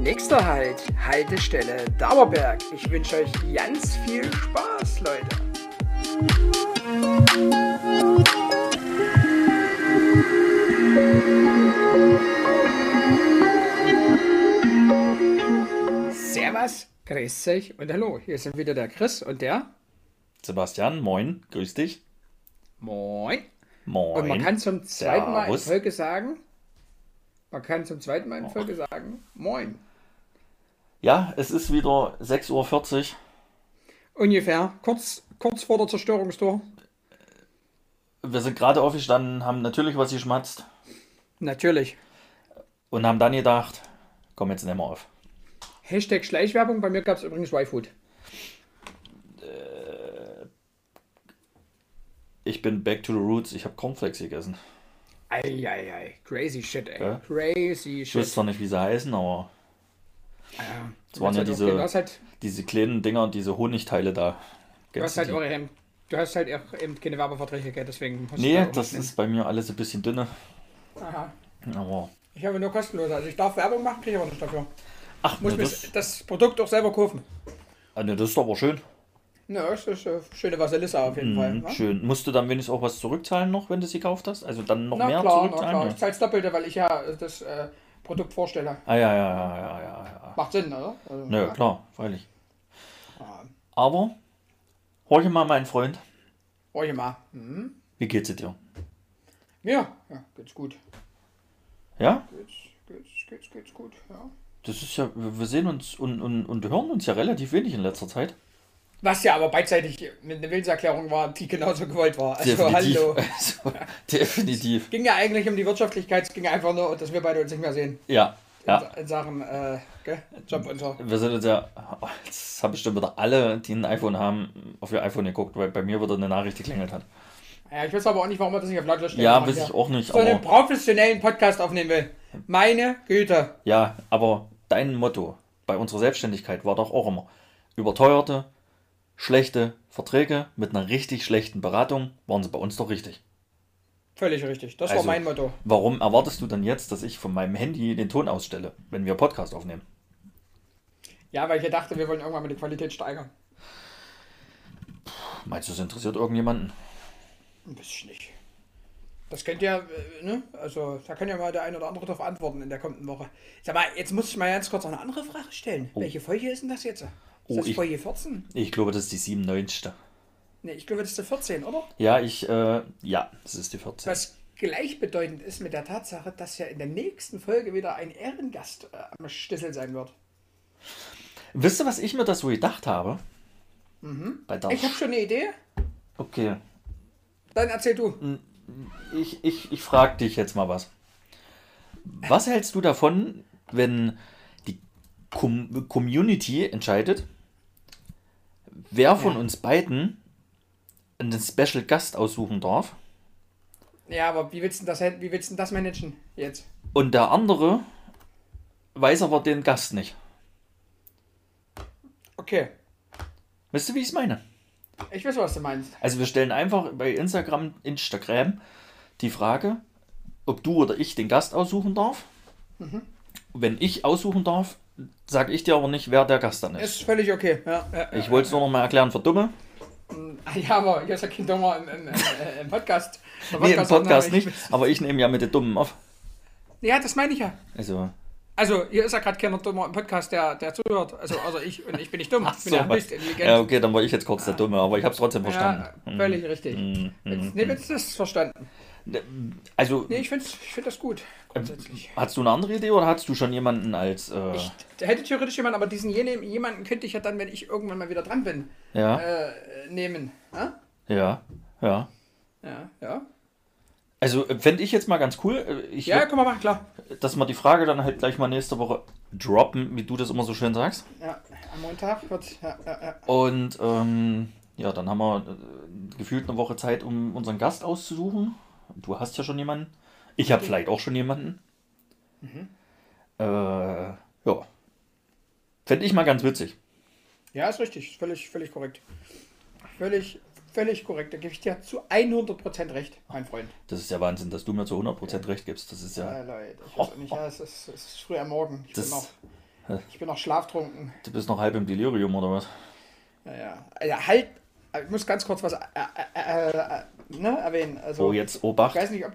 Nächster Halt, Haltestelle Dauerberg. Ich wünsche euch ganz viel Spaß, Leute. Servus, grüß euch und hallo. Hier sind wieder der Chris und der Sebastian, moin, grüß dich. Moin. Moin. Und man kann zum zweiten Mal in Servus. Folge sagen, moin. Ja, es ist wieder 6:40 Uhr. Ungefähr, kurz vor der Zerstörungstour. Wir sind gerade aufgestanden, haben natürlich was geschmatzt Natürlich. und haben dann gedacht, komm, jetzt nehmen wir auf. Hashtag Schleichwerbung, bei mir gab es übrigens Y-Food. Ich bin back to the roots, ich habe Cornflakes gegessen. Eieiei, crazy shit, ey. Ja? Crazy Ich weiß shit. zwar nicht, wie sie heißen, aber Ja, es waren ja du hast halt, diese kleinen Dinger und diese Honigteile da. du hast Kennst du halt die? du hast halt auch eben keine Werbeverträge, gell? Deswegen musst du Nee, da auch das nicht ist bei mir alles ein bisschen dünner. nehmen. Aha. Aber Ich habe nur kostenlos, also ich darf Werbung machen, kriege ich aber nicht dafür. ach, Muss ne, mir das Produkt auch selber kaufen. ne, das ist aber schön. Ja, das ist eine schöne Vasilissa auf jeden Fall. Ne? Schön. Musst du dann wenigstens auch was zurückzahlen noch, wenn du sie gekauft hast? Also dann noch Na mehr klar, zurückzahlen? na klar. Ja. Ich zahle das Doppelte, weil ich ja das Produkt vorstelle. Ah, ja. Macht Sinn, oder? Also, Nö, ja. klar, freilich. Ah, Aber, horche mal, mein Freund, Horche mal. Mhm. wie geht's dir? Ja, geht's gut. Ja? Geht's gut, ja. Das ist ja, wir sehen uns und hören uns ja relativ wenig in letzter Zeit. Was ja aber beidseitig mit einer Willenserklärung war, die genauso gewollt war. Also Definitiv. hallo. Also, definitiv. Ging ja eigentlich um die Wirtschaftlichkeit, es ging einfach nur, dass wir beide uns nicht mehr sehen. Ja, ja. In Sachen Job und so. Wir sind uns ja, jetzt haben bestimmt wieder alle, die ein iPhone haben, auf ihr iPhone geguckt, weil bei mir wieder eine Nachricht geklingelt hat. Ja, ich weiß aber auch nicht, warum wir das nicht auf lautlos stellen. Ja, machen weiß hier. ich auch nicht, So einen aber professionellen Podcast aufnehmen will. Meine Güte. ja, aber dein Motto bei unserer Selbstständigkeit war doch auch immer überteuerte, schlechte Verträge mit einer richtig schlechten Beratung, waren sie bei uns doch richtig. Völlig richtig. Das Also, war mein Motto. Warum erwartest du dann jetzt, dass ich von meinem Handy den Ton ausstelle, wenn wir Podcast aufnehmen? Ja, weil ich dachte, wir wollen irgendwann mal die Qualität steigern. Meinst du, es interessiert irgendjemanden? Ein bisschen nicht. Das könnt ihr, ne? Also, da kann ja mal der ein oder andere drauf antworten in der kommenden Woche. Sag mal, jetzt muss ich mal ganz kurz noch eine andere Frage stellen. Oh. Welche Folge ist denn das jetzt? Ist Oh, das ich- Folge 14? Ich glaube, das ist die 97. Ne, ich glaube, das ist die 14, oder? Ja, ja, das ist die 14. Was gleichbedeutend ist mit der Tatsache, dass ja in der nächsten Folge wieder ein Ehrengast am Schlüssel sein wird. Wisst ihr, was ich mir das so gedacht habe? Bei der Ich habe schon eine Idee. Okay, Dann erzähl du. ich frage dich jetzt mal was. Was hältst du davon, wenn die Community entscheidet, wer von uns beiden einen Special Gast aussuchen darf Ja, aber wie willst du denn das managen jetzt? und der andere weiß aber den Gast nicht? Okay, Weißt du, wie ich es meine? ich weiß, was du meinst. Also wir stellen einfach bei Instagram die Frage, ob du oder ich den Gast aussuchen darf. Wenn ich aussuchen darf, sage ich dir aber nicht, wer der Gast dann ist. Ist völlig okay. Ja, Ich wollte es nur noch mal erklären für Dumme. Ja, aber hier ist ja kein Dummer im Podcast. Der Nee, im Podcast ich- nicht, aber ich nehme ja mit den Dummen auf. Ja, das meine ich ja. Also, Also, hier ist ja gerade keiner Dummer im Podcast, der zuhört. Also ich, und ich bin nicht dumm. Ich bin ja höchst intelligent. ja, okay, dann war ich jetzt kurz der Dumme, aber ich habe es trotzdem verstanden. Ja, völlig richtig. Jetzt ist das verstanden. Also, Nee, ich find das gut, grundsätzlich. hast du eine andere Idee oder hast du schon jemanden als... Da hätte theoretisch jemand, aber jemanden könnte ich ja dann, wenn ich irgendwann mal wieder dran bin, ja, nehmen. ja. Ja. Also, fände ich jetzt mal ganz cool. Ja, komm mal machen, klar. Dass wir die Frage dann halt gleich mal nächste Woche droppen, wie du das immer so schön sagst. Ja, am Montag wird. Ja. Und ja, dann haben wir gefühlt eine Woche Zeit, um unseren Gast auszusuchen. Du hast ja schon jemanden. Ich habe vielleicht auch schon jemanden. Ja. Fände ich mal ganz witzig. Ja, ist richtig. Völlig korrekt. Völlig korrekt. Da gebe ich dir zu 100% recht, mein Freund. Das ist ja Wahnsinn, dass du mir zu 100% recht gibst. Das ist ja... Ja, Leute. Ich weiß auch nicht, ja, es ist früh am Morgen. Ich bin noch Ich bin noch schlaftrunken. Du bist noch halb im Delirium, oder was? Ja. Ja, halt. Ich muss ganz kurz was erwähnen. Also, Oh, jetzt ich Obacht. weiß nicht,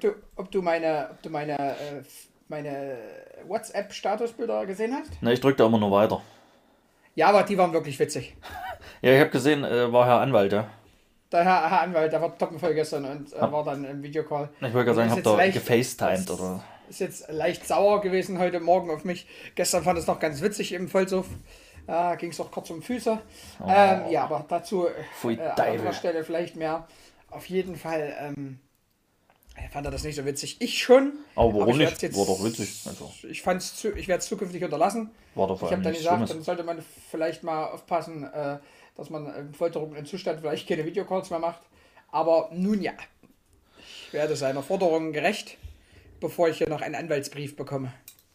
meine WhatsApp-Statusbilder gesehen hast. Na, ich drück da immer nur weiter. Ja, aber die waren wirklich witzig. Ja, ich habe gesehen, war Herr Anwalt, ja. Der Herr Anwalt, der war toppenvoll gestern und war dann im Videocall. Ich wollte gerade sagen, Ist habt jetzt ihr leicht- gefacetimed, oder? Ist jetzt leicht sauer gewesen heute Morgen auf mich. Gestern fand es noch ganz witzig im Vollsuff. Ging es auch kurz um Füße. Ja, aber dazu Pfui, an Teufel. anderer Stelle vielleicht mehr. Auf jeden Fall fand er das nicht so witzig. Ich schon. Aber warum ich werd's nicht? War doch witzig. Also, Ich werde es zukünftig unterlassen. war doch vor Ich allem habe dann nichts gesagt, Schlimmes. dann sollte man vielleicht mal aufpassen, dass man im folternden Zustand vielleicht keine Videocalls mehr macht. Aber nun ja, ich werde seiner Forderung gerecht, bevor ich hier noch einen Anwaltsbrief bekomme.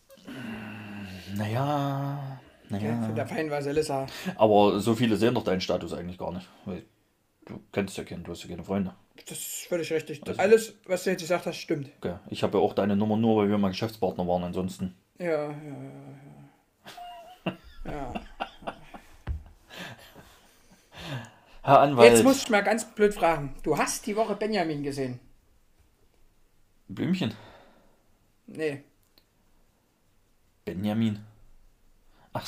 Naja. Von der feinen Vasilissa. Aber so viele sehen doch deinen Status eigentlich gar nicht. Weil du kennst ja keinen, du hast ja keine Freunde. Das ist völlig richtig. Also- Alles, was du jetzt gesagt hast, stimmt. Okay. Ich habe ja auch deine Nummer nur, weil wir mal Geschäftspartner waren, ansonsten. Ja. Herr Anwalt. Jetzt muss ich mal ganz blöd fragen. Du hast die Woche Benjamin gesehen? Blümchen. Nee. Benjamin. Ach,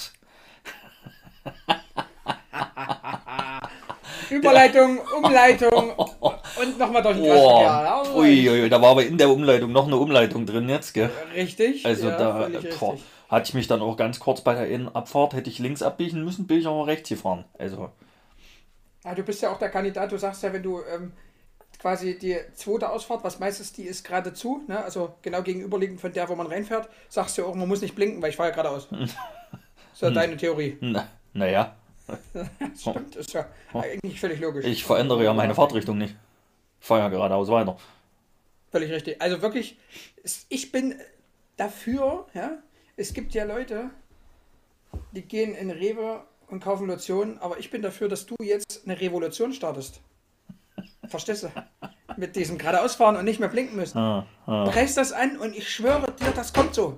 Überleitung, Umleitung und nochmal durch den Kreisverkehr. Ja, Uiuiui, da war aber in der Umleitung noch eine Umleitung drin jetzt, gell? Richtig. Also ja, da völlig boah, richtig. hatte ich mich dann auch ganz kurz bei der Innenabfahrt, hätte ich links abbiegen müssen, bin ich aber rechts gefahren. Also, Ah, du bist ja auch der Kandidat, du sagst ja, wenn du quasi die zweite Ausfahrt, was meistens die ist gerade zu, ne? Also genau gegenüberliegend von der, wo man reinfährt, sagst du auch, man muss nicht blinken, weil ich fahre ja geradeaus. So deine Theorie. naja, Stimmt, ist ja eigentlich völlig logisch. ich verändere ja meine Fahrtrichtung nicht. Ich fahre ja geradeaus weiter. Völlig richtig. Also wirklich, ich bin dafür, ja, es gibt ja Leute, die gehen in Rewe und kaufen Lotion, aber ich bin dafür, dass du jetzt eine Revolution startest. Verstehst du? Mit diesem geradeausfahren und nicht mehr blinken müssen. Reiß das an und ich schwöre dir, das kommt so.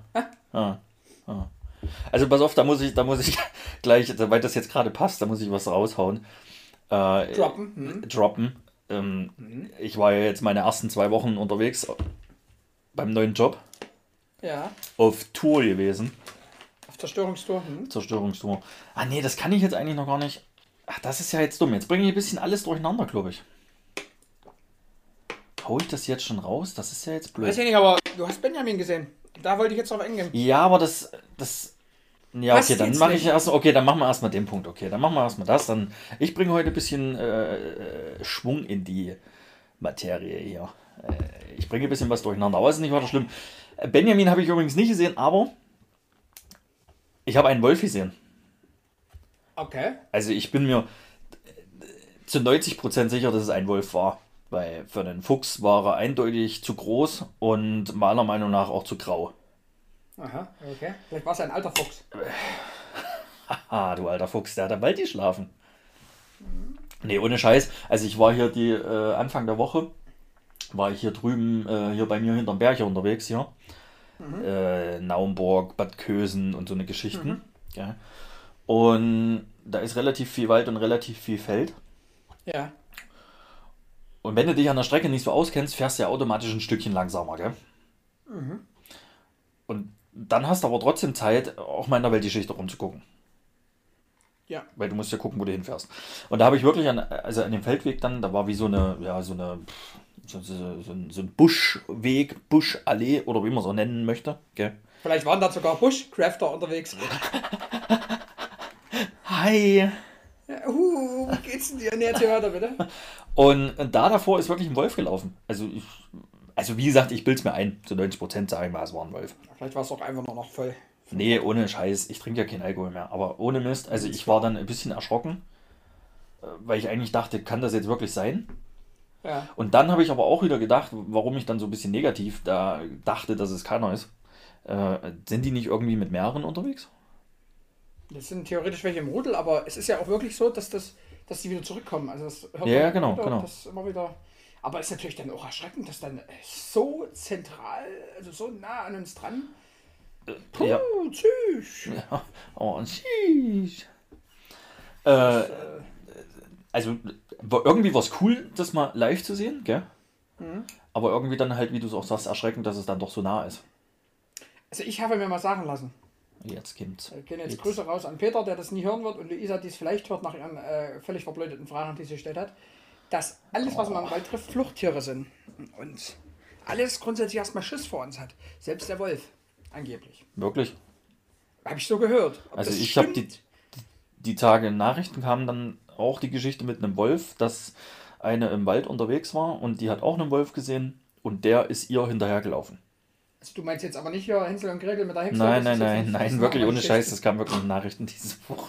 Also pass auf, da muss ich gleich, weil das jetzt gerade passt, da muss ich was raushauen. Droppen. Ich war ja jetzt meine ersten 2 Wochen unterwegs beim neuen Job. Ja, Auf Tour gewesen. auf Zerstörungstour. Zerstörungstour. Ah nee, das kann ich jetzt eigentlich noch gar nicht. Ach, das ist ja jetzt dumm. Jetzt bringe ich ein bisschen alles durcheinander, glaube ich. Hau ich das jetzt schon raus? Das ist ja jetzt Weiß blöd. ich nicht, aber du hast Benjamin gesehen. Da wollte ich jetzt drauf eingehen. Ja, aber ja, Was okay, dann jetzt mache ich nicht? erst. Okay, dann machen wir erstmal den Punkt. Okay, dann machen wir erstmal das. Dann, ich bringe heute ein bisschen Schwung in die Materie hier. Ich bringe ein bisschen was durcheinander, aber es ist nicht weiter schlimm. Benjamin habe ich übrigens nicht gesehen, aber ich habe einen Wolf gesehen. Okay. Also ich bin mir zu 90% sicher, dass es ein Wolf war. Weil für einen Fuchs war er eindeutig zu groß und meiner Meinung nach auch zu grau. Aha, okay. Vielleicht war es ein alter Fuchs. Ah, du alter Fuchs, der hat am Wald geschlafen. Nee, ohne Scheiß. Also ich war hier die Anfang der Woche, war ich hier drüben, hier bei mir hinterm Berg hier unterwegs hier. Naumburg, Bad Kösen und so eine Geschichten. Ja. Und da ist relativ viel Wald und relativ viel Feld. Ja. Und wenn du dich an der Strecke nicht so auskennst, fährst du ja automatisch ein Stückchen langsamer, gell? Und dann hast du aber trotzdem Zeit, auch mal in der Weltgeschichte rumzugucken. Ja. Weil du musst ja gucken, wo du hinfährst. Und da habe ich wirklich an dem Feldweg dann, da war wie so ein Buschweg, Buschallee oder wie man so nennen möchte. Gell? Vielleicht waren da sogar Bushcrafter unterwegs. Hi! Ja, wie geht's denn dir? Nee, erzähl weiter, bitte. Und da davor ist wirklich ein Wolf gelaufen. Also wie gesagt, ich bild's mir ein. Zu 90% sage ich mal, es war ein Wolf. Vielleicht war es auch einfach nur noch voll. Nee, ohne Scheiß. Ich trinke ja keinen Alkohol mehr. Aber ohne Mist. Also ich war dann ein bisschen erschrocken. Weil ich eigentlich dachte, kann das jetzt wirklich sein? Ja. Und dann habe ich aber auch wieder gedacht, warum ich dann so ein bisschen negativ da dachte, dass es keiner ist. Sind die nicht irgendwie mit mehreren unterwegs? Das sind theoretisch welche im Rudel, aber es ist ja auch wirklich so, dass die wieder zurückkommen. Also das hört Ja, man genau, wieder, genau. Das immer wieder. Aber es ist natürlich dann auch erschreckend, dass dann so zentral, also so nah an uns dran, Ja. Tschüss. Ja. Oh, tschüss. Also irgendwie war es cool, das mal live zu sehen, gell? Aber irgendwie dann halt, wie du es auch sagst, erschreckend, dass es dann doch so nah ist. Also ich habe mir mal sagen lassen, Jetzt kommt's. gehen jetzt Grüße raus an Peter, der das nie hören wird, und Luisa, die es vielleicht hört nach ihren völlig verblödeten Fragen, die sie gestellt hat, dass alles, was man im Wald trifft, Fluchttiere sind. Und alles grundsätzlich erstmal Schiss vor uns hat. Selbst der Wolf, angeblich. Wirklich? Habe ich so gehört. Ob Also das ich habe stimmt? die Tage in Nachrichten kamen dann auch die Geschichte mit einem Wolf, dass eine im Wald unterwegs war und die hat auch einen Wolf gesehen und der ist ihr hinterhergelaufen. Also du meinst jetzt aber nicht hier Hänsel und Gretel mit der Hexe? Nein, das nein, ist jetzt nein, nicht- nein, das wirklich ist ohne eine Scheiß, das kam wirklich in Nachrichten diese Woche.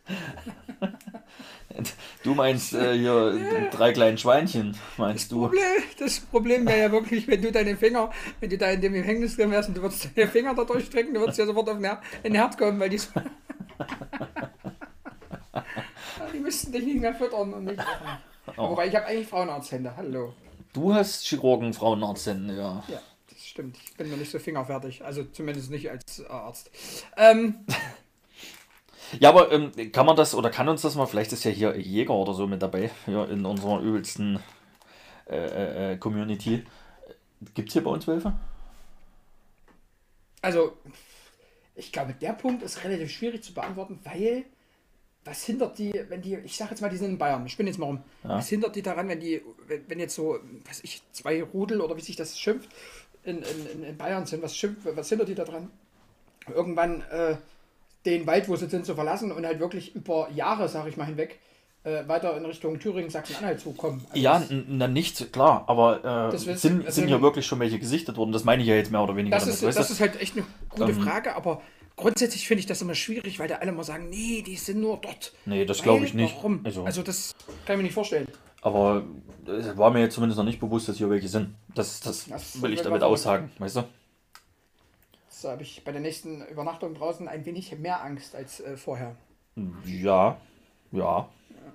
Du meinst hier 3 kleinen Schweinchen, meinst du? Das Problem wäre ja wirklich, wenn du da in dem Gefängnis drin wärst und du würdest deine Finger da durchstrecken, du würdest ja sofort auf den Herz kommen, weil die so... Die müssten dich nicht mehr füttern und nicht essen. Oh. Wobei, ich habe eigentlich Frauenarzthände, hallo. Du hast Chirurgen, Frauenarzthände, ja. Ja, das stimmt. Ich bin noch nicht so fingerfertig, also zumindest nicht als Arzt. Ja, aber kann man das oder kann uns das mal, vielleicht ist ja hier Jäger oder so mit dabei, hier in unserer übelsten Community. Gibt es hier bei uns Wölfe? Also, ich glaube, der Punkt ist relativ schwierig zu beantworten, weil was hindert die, wenn die, ich sag jetzt mal, die sind in Bayern, ich bin jetzt mal rum, Ja. was hindert die daran, wenn jetzt so, weiß ich, 2 Rudel oder wie sich das schimpft, in Bayern sind, was hindert die daran, irgendwann den Wald, wo sie sind, zu verlassen und halt wirklich über Jahre, sag ich mal, hinweg weiter in Richtung Thüringen, Sachsen-Anhalt zu kommen? Also Ja, das, na nicht, klar, aber Das wird- sind also- hier wirklich schon welche gesichtet worden? Das meine ich ja jetzt mehr oder weniger das, damit, ist, weißt das du? ist halt echt eine gute Frage, aber grundsätzlich finde ich das immer schwierig, weil da alle immer sagen, nee, die sind nur dort. Nee, das Weil, glaube ich nicht. Warum? Also, Also das kann ich mir nicht vorstellen. aber es war mir jetzt zumindest noch nicht bewusst, dass hier welche sind. Das Das will ich wird damit wahr. aussagen, weißt du? So habe ich bei der nächsten Übernachtung draußen ein wenig mehr Angst als vorher. Ja, ja.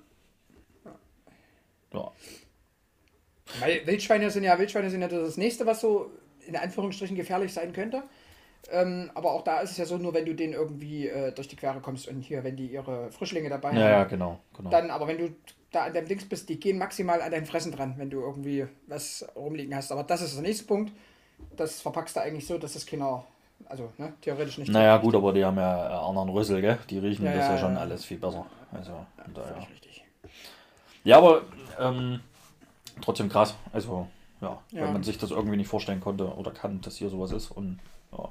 Ja. Weil Wildschweine sind ja das nächste, was so in Anführungsstrichen gefährlich sein könnte. Aber auch da ist es ja so, nur wenn du denen irgendwie durch die Quere kommst und hier, wenn die ihre Frischlinge dabei Ja, ja, haben. genau. Dann, aber wenn du da an deinem Dings bist, die gehen maximal an dein Fressen dran, wenn du irgendwie was rumliegen hast. Aber das ist der nächste Punkt. Das verpackst du eigentlich so, dass es keiner, also ne, theoretisch nicht. Naja, gut, aber die haben ja anderen Rüssel, gell? Die riechen Ja, das ja ja, schon ja. alles viel besser. Also, von daher. Völlig richtig. Ja, aber trotzdem krass. Also, ja, Ja. wenn man sich das irgendwie nicht vorstellen konnte oder kann, dass hier sowas ist. Und ja.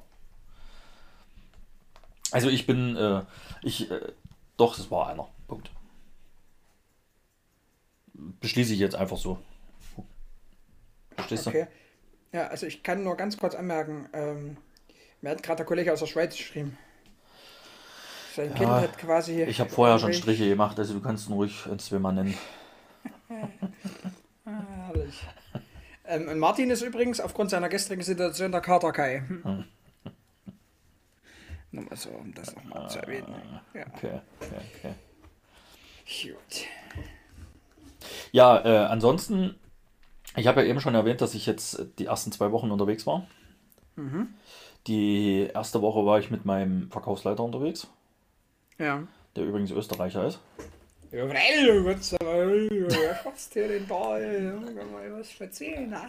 Also ich bin, doch, es war einer. Punkt. Beschließe ich jetzt einfach so. Verstehst du? Okay. Ja, also ich kann nur ganz kurz anmerken, mir hat gerade der Kollege aus der Schweiz geschrieben. Sein Kind hat quasi... Ich habe vorher schon Striche gemacht, also du kannst ihn ruhig ins Zwimmer nennen. Herrlich. Und Martin ist übrigens aufgrund seiner gestrigen Situation der Kater-Kai. Nur mal so, um das nochmal zu erwähnen. Ja, Okay. gut. Ja, ansonsten, ich habe ja eben schon erwähnt, dass ich jetzt die ersten 2 Wochen unterwegs war. Die erste Woche war ich mit meinem Verkaufsleiter unterwegs, Ja. der übrigens Österreicher ist. Ja, weil du würdest aber, du schaffst hier den Ball, mal was erzählen, ne?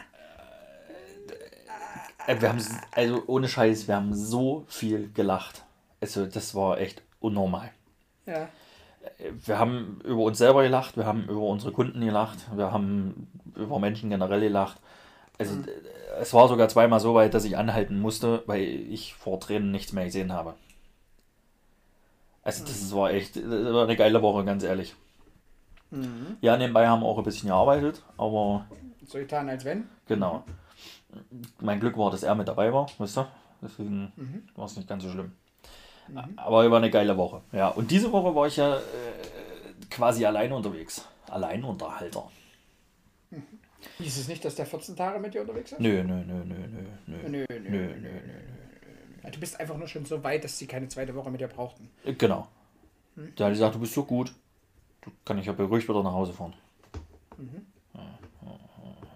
Wir haben, also ohne Scheiß, wir haben so viel gelacht. Also das war echt unnormal. Ja. Wir haben über uns selber gelacht, wir haben über unsere Kunden gelacht, wir haben über Menschen generell gelacht. Also es war sogar zweimal so weit, dass ich anhalten musste, weil ich vor Tränen nichts mehr gesehen habe. Also das war eine geile Woche, ganz ehrlich. Ja, nebenbei haben wir auch ein bisschen gearbeitet, aber So getan, als wenn. genau. Mein Glück war, dass er mit dabei war, weißt du? Deswegen war es nicht ganz so schlimm. Aber war eine geile Woche. Ja, und diese Woche war ich ja quasi alleine unterwegs. Alleinunterhalter. Hieß es nicht, dass der 14 Tage mit dir unterwegs ist? Nö. Nö. Du bist einfach nur schon so weit, dass sie keine zweite Woche mit dir brauchten. Genau. Der hat gesagt, du bist so gut, du kann ich ja beruhigt wieder nach Hause fahren.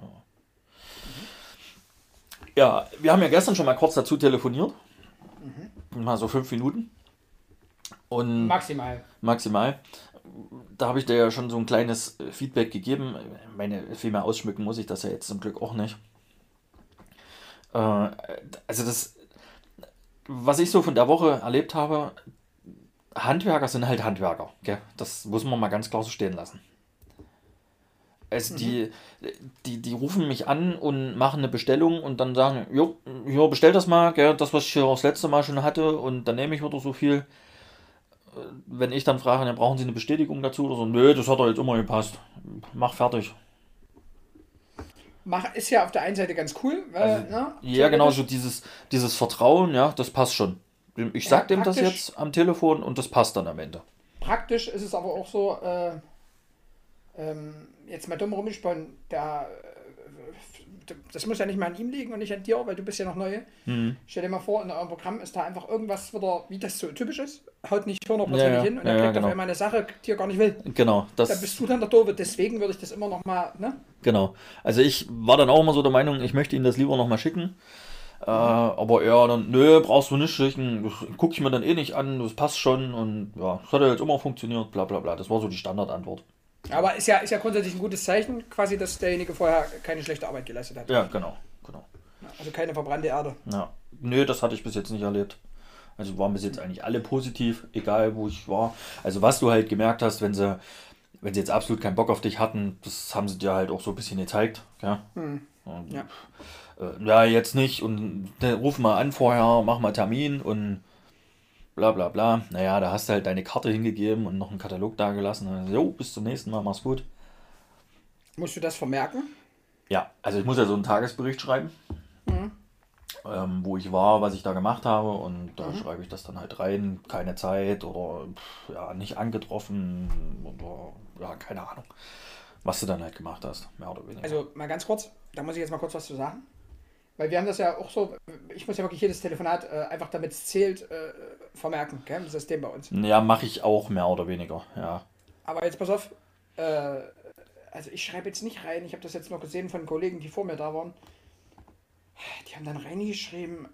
Ja, wir haben ja gestern schon mal kurz dazu telefoniert. mal so 5 Minuten. Und Maximal. maximal. Da habe ich dir ja schon so ein kleines Feedback gegeben. Viel mehr ausschmücken muss ich das ja jetzt zum Glück auch nicht. Also was ich so von der Woche erlebt habe, Handwerker sind halt Handwerker. Gell? Das muss man mal ganz klar so stehen lassen. Also die rufen mich an und machen eine Bestellung und dann sagen, jo, hier bestell das mal, gell, das, was ich hier auch das letzte Mal schon hatte und dann nehme ich wieder so viel. Wenn ich dann frage, dann brauchen Sie eine Bestätigung dazu oder so, nö, das hat doch jetzt immer gepasst. Mach fertig. Ist ja auf der einen Seite ganz cool, Also, ne? ja, genau, so Theoretisch. dieses Vertrauen, ja, das passt schon. Ich Ja, sag dem das praktisch. jetzt am Telefon und das passt dann am Ende. Praktisch ist es aber auch so, jetzt mal dumm rumgesponnen, das muss ja nicht mal an ihm liegen und nicht an dir, weil du bist ja noch neu. Mhm. Stell dir mal vor, in eurem Programm ist da einfach irgendwas wieder, wie das so typisch ist, haut nicht 100% Ja, hin und ja, er ja, kriegt auf genau. einmal eine Sache, die er gar nicht will. Genau, Da bist du dann der Doofe, deswegen würde ich das immer noch mal, ne? genau. Also ich war dann auch immer so der Meinung, ich möchte Ihnen das lieber nochmal schicken. Aber ja, dann, nö, brauchst du nicht schicken, das gucke ich mir dann eh nicht an, das passt schon und ja, das hat ja jetzt immer funktioniert, bla bla bla. Das war so die Standardantwort. Aber ist ja grundsätzlich ein gutes Zeichen, quasi, dass derjenige vorher keine schlechte Arbeit geleistet hat. Ja, genau, genau. Also keine verbrannte Erde. Ja. Nö, das hatte ich bis jetzt nicht erlebt. Also waren bis jetzt eigentlich alle positiv, egal wo ich war. Also was du halt gemerkt hast, wenn sie jetzt absolut keinen Bock auf dich hatten, das haben sie dir halt auch so ein bisschen gezeigt. Ja, und, Ja. ja jetzt nicht und ruf mal an vorher, mach mal Termin und bla bla bla. Naja, da hast du halt deine Karte hingegeben und noch einen Katalog da gelassen. Also, jo, bis zum nächsten Mal, mach's gut. Musst du das vermerken? Ja, also ich muss ja so einen Tagesbericht schreiben, wo ich war, was ich da gemacht habe und da schreibe ich das dann halt rein. Keine Zeit oder ja, nicht angetroffen oder ja, keine Ahnung, was du dann halt gemacht hast, mehr oder weniger. Also mal ganz kurz, da muss ich jetzt mal kurz was zu sagen. Weil wir haben das ja auch so, ich muss ja wirklich jedes Telefonat einfach damit es zählt, vermerken, gell, im System bei uns. Ja, mache ich auch mehr oder weniger, ja. Aber jetzt pass auf, äh, also ich schreibe jetzt nicht rein, ich habe das jetzt noch gesehen von Kollegen, die vor mir da waren. Die haben dann reingeschrieben,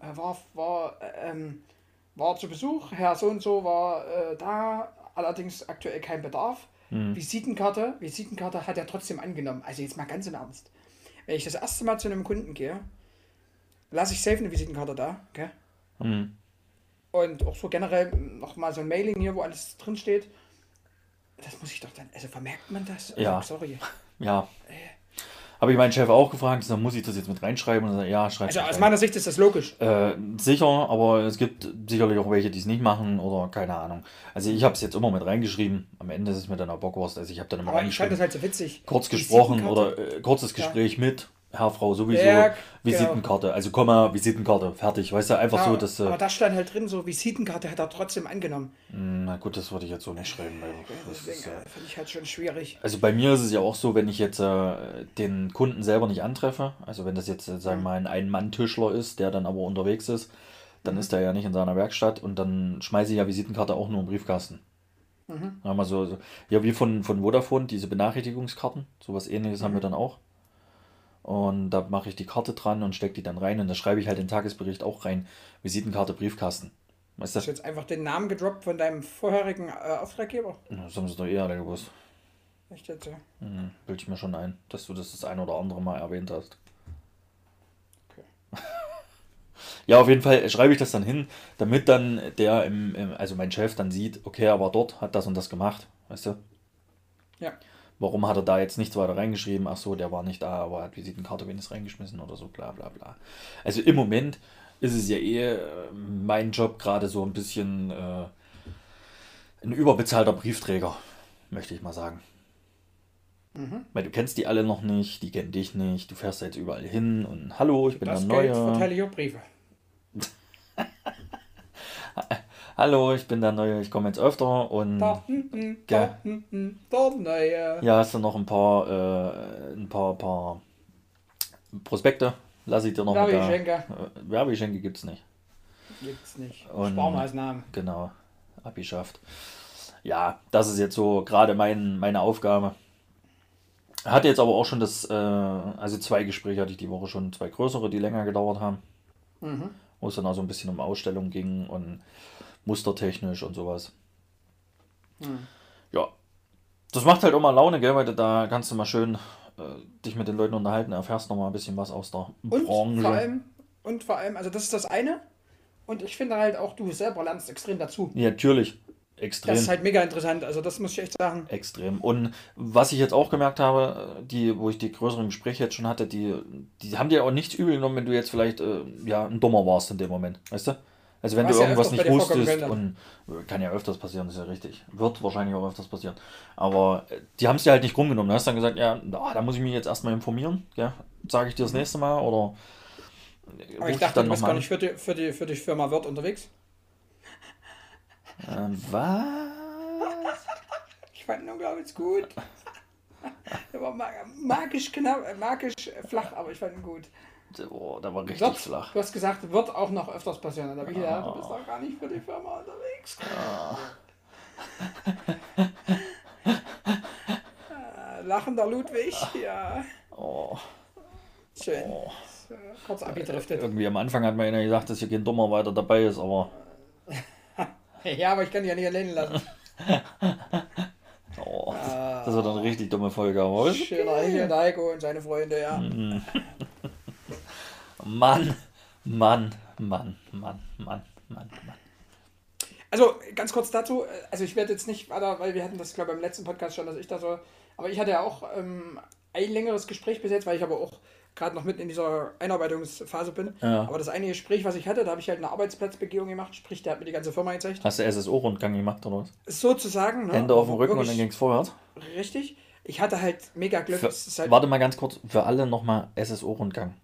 war zu Besuch, Herr so und so war da, allerdings aktuell kein Bedarf. Visitenkarte hat er trotzdem angenommen. Also jetzt mal ganz im Ernst. Wenn ich das erste Mal zu einem Kunden gehe, lasse ich safe eine Visitenkarte da, gell? Hm. Und auch so generell nochmal so ein Mailing hier, wo alles drin steht. Das muss ich doch dann, also vermerkt man das? Ja. Sorry. Ja. Habe ich meinen Chef auch gefragt, dann muss ich das jetzt mit reinschreiben und er sagt, ja, schreib Also das aus rein. meiner Sicht ist das logisch. Sicher, aber es gibt sicherlich auch welche, die es nicht machen oder keine Ahnung. Also ich habe es jetzt immer mit reingeschrieben. Am Ende ist es mir dann auch Bockwurst. Also ich habe dann immer Aber ich fand das reingeschrieben, halt so witzig. kurz gesprochen Visitenkarte. oder kurzes Gespräch mit Herr, Frau sowieso, Ja, Visitenkarte. Also Komma, Visitenkarte, fertig. Weißt du, einfach so, Ja, dass aber da stand halt drin, so Visitenkarte hat er trotzdem angenommen. na gut, das würde ich jetzt so nicht schreiben. Weil das Deswegen ist, finde ich halt schon schwierig. also bei mir ist es ja auch so, wenn ich jetzt den Kunden selber nicht antreffe, also wenn das jetzt, sagen wir mal, ein Ein-Mann-Tischler ist, der dann aber unterwegs ist, dann ist er ja nicht in seiner Werkstatt und dann schmeiße ich ja Visitenkarte auch nur im Briefkasten. Haben wir so, ja, wie von Vodafone, diese Benachrichtigungskarten, sowas ähnliches haben wir dann auch. Und da mache ich die Karte dran und stecke die dann rein und da schreibe ich halt den Tagesbericht auch rein. Visitenkarte, Briefkasten. Weißt du? Hast du jetzt einfach den Namen gedroppt von deinem vorherigen Auftraggeber? Das haben sie doch eher alle gewusst. Echt jetzt? Ja. Bild ich mir schon ein, dass du das ein oder andere Mal erwähnt hast. Okay. Ja, auf jeden Fall schreibe ich das dann hin, damit dann also mein Chef dann sieht, okay, er war dort, hat das und das gemacht, weißt du? Ja. Warum hat er da jetzt nichts weiter reingeschrieben? Ach so, der war nicht da, aber er hat Visitenkarte wenigstens reingeschmissen oder so, bla bla bla. Also im Moment ist es ja mein Job gerade so ein bisschen ein überbezahlter Briefträger, möchte ich mal sagen. Weil du kennst die alle noch nicht, die kennen dich nicht, du fährst da jetzt überall hin und hallo, ich bin der Das Geld Neue. verteile ich auch Briefe. Hallo, ich bin der Neue, ich komme jetzt öfter und Da hinten, da hinten, der Neue. ja, hast du noch ein paar Prospekte, lass ich dir noch mit da. Werbegeschenke Werbegeschenke gibt's nicht. gibt's nicht. Und- Sparmaßnahmen. Genau, abgeschafft. Ja, das ist jetzt so gerade meine Aufgabe. Hatte jetzt aber auch schon also 2 Gespräche hatte ich die Woche schon, 2 größere, die länger gedauert haben. wo es dann auch so ein bisschen um Ausstellungen ging und mustertechnisch und sowas. Ja, das macht halt auch mal Laune, gell, weil da kannst du mal schön dich mit den Leuten unterhalten, erfährst noch mal ein bisschen was aus der Und Branche. vor allem, also das ist das eine. Und ich finde halt auch, du selber lernst extrem dazu. Ja, natürlich, Das ist extrem. halt mega interessant. Also das muss ich echt sagen. Extrem. Und was ich jetzt auch gemerkt habe, wo ich die größeren Gespräche jetzt schon hatte, die haben dir auch nichts übel genommen, wenn du jetzt vielleicht ja, ein Dummer warst in dem Moment, weißt du? Also wenn du Was ja irgendwas öfters bei nicht dir vorkommen wusstest könnte. und kann ja öfters passieren, ist ja richtig. Wird wahrscheinlich auch öfters passieren. Aber die haben es dir halt nicht rumgenommen. Du hast dann gesagt, ja, da muss ich mich jetzt erstmal informieren, ja? Sage ich dir das nächste Mal oder Aber ich rufe ich dachte, dann du bist nochmal gar an. nicht für die Firma Wirt unterwegs. Was? Ich fand ihn unglaublich gut. Der war magisch, genau, magisch flach, aber ich fand ihn gut. Oh, da war richtig Wird, flach. du hast gesagt, wird auch noch öfters passieren. Und da habe ich gedacht, du bist doch gar nicht für die Firma unterwegs. Lachender Ludwig, ja. Oh. Schön. So, kurz abgedriftet. Irgendwie am Anfang hat man ja gesagt, dass hier kein Dummer weiter dabei ist, aber Ja, aber ich kann dich ja nicht alleine lassen. oh, das wird eine richtig dumme Folge. Aber ist Schöner Helge und Heiko und seine Freunde, ja. Mann, Mann, Mann, Mann, Mann, Mann, Mann. Also ganz kurz dazu, also ich werde jetzt nicht weiter, weil wir hatten das, glaube ich, beim letzten Podcast schon, dass ich da so, aber ich hatte ja auch ein längeres Gespräch bis jetzt, weil ich aber auch gerade noch mitten in dieser Einarbeitungsphase bin. Ja. Aber das eine Gespräch, was ich hatte, da habe ich halt eine Arbeitsplatzbegehung gemacht, sprich, der hat mir die ganze Firma gezeigt. Hast du SSO-Rundgang gemacht oder was? Sozusagen, ne? Hände auf dem Aber Rücken und dann wirklich ging es vorwärts. richtig. Ich hatte halt mega Glück. Für, Es ist halt warte mal ganz kurz, für alle nochmal SSO-Rundgang.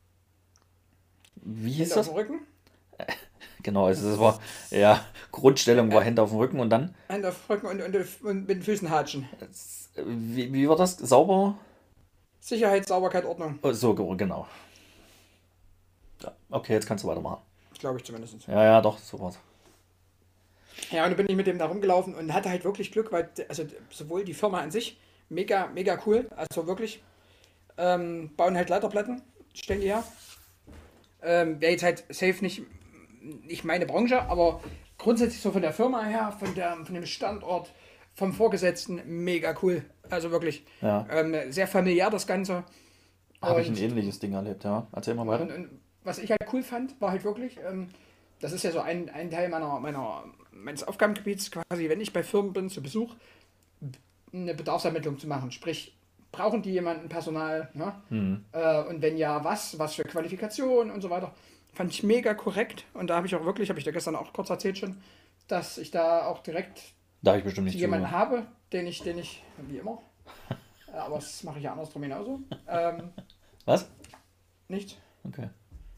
Wie hieß Hände auf das? dem Rücken, Genau, also das war, ja, Grundstellung war Hände auf dem Rücken und dann, Hände auf dem Rücken und mit den Füßen hatschen. wie war das? Sauber? Sicherheit, Sauberkeit, Ordnung. Oh, so, genau. Ja, okay, jetzt kannst du weitermachen. Glaube ich zumindest. Ja, ja, doch, so war's. Ja, und dann bin ich mit dem da rumgelaufen und hatte halt wirklich Glück, weil also sowohl die Firma an sich mega, mega cool, also wirklich, bauen halt Leiterplatten, stellen die her. Wäre jetzt halt safe nicht meine Branche, aber grundsätzlich so von der Firma her, von dem Standort, vom Vorgesetzten, mega cool. Also wirklich Ja, sehr familiär das Ganze. habe ich ein Und, ähnliches Ding erlebt, ja. Erzähl mal weiter. und was ich halt cool fand, war halt wirklich, das ist ja so ein Teil meines Aufgabengebiets, quasi, wenn ich bei Firmen bin, zu Besuch, eine Bedarfsermittlung zu machen. Sprich, brauchen die jemanden Personal? Ne? Und wenn ja, was für Qualifikationen und so weiter. Fand ich mega korrekt. Und da habe ich auch wirklich, habe ich dir gestern auch kurz erzählt schon, dass ich da auch direkt Da habe ich bestimmt nicht jemanden zugehört. habe, den ich, wie immer, aber das mache ich ja andersrum genauso. Was? Nicht? Okay.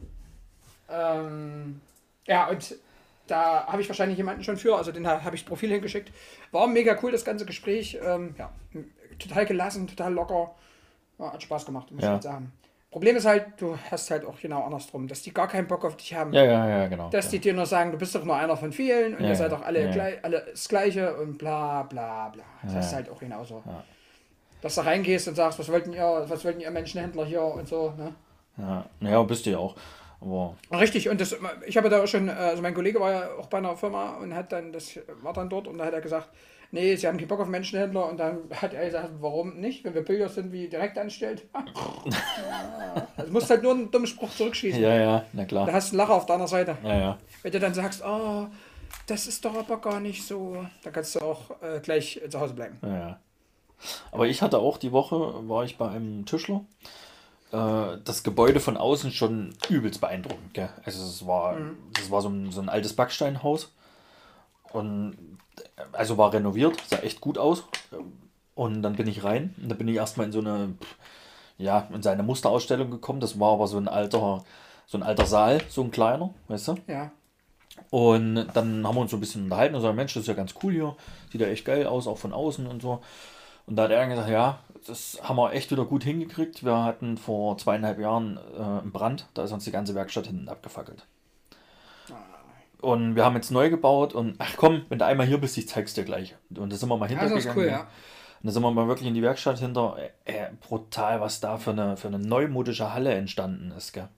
Ja, und da habe ich wahrscheinlich jemanden schon für, also den habe ich das Profil hingeschickt. War mega cool, das ganze Gespräch. Ja, total gelassen, total locker. Ja, hat Spaß gemacht, muss ich Ja. halt sagen. Problem ist halt, du hast halt auch genau andersrum, dass die gar keinen Bock auf dich haben. Ja, ja, ja, genau. Dass die dir nur sagen, du bist doch nur einer von vielen und Ja, ihr seid ja, doch alle, ja, ja. alle das Gleiche und bla bla bla. Das ist halt auch genauso. Dass du reingehst und sagst, was wollten ihr Menschenhändler hier und so, ne? Ja, naja, bist du ja auch. Aber Richtig, und ich habe da auch schon, also mein Kollege war ja auch bei einer Firma und war dann dort und da hat er gesagt, nee, sie haben keinen Bock auf Menschenhändler und dann hat er gesagt, warum nicht, wenn wir billiger sind wie direkt anstellt. Also musst halt nur einen dummen Spruch zurückschießen. ja, ja, na klar. Da hast du einen Lacher auf deiner Seite. Ja, ja. Wenn du dann sagst, oh, das ist doch aber gar nicht so, dann kannst du auch gleich zu Hause bleiben. Ja, ja. Aber ich hatte auch die Woche, war ich bei einem Tischler. Das Gebäude von außen schon übelst beeindruckend. Gell? Also das war so ein altes Backsteinhaus. Und also war renoviert, sah echt gut aus. Und dann bin ich rein und da bin ich erstmal in in seine Musterausstellung gekommen. Das war aber so ein alter Saal, so ein kleiner, weißt du? Ja. Und dann haben wir uns so ein bisschen unterhalten und gesagt, Mensch, das ist ja ganz cool hier. Sieht ja echt geil aus, auch von außen und so. Und da hat er gesagt, ja, das haben wir echt wieder gut hingekriegt. Wir hatten vor 2,5 Jahren einen Brand, da ist uns die ganze Werkstatt hinten abgefackelt. Und wir haben jetzt neu gebaut und ach komm, wenn du einmal hier bist, ich zeig's dir gleich. Und da sind wir mal Ja, das ist hintergegangen. cool, ja. Und da sind wir mal wirklich in die Werkstatt hinter. Brutal, was da für eine neumodische Halle entstanden ist, gell?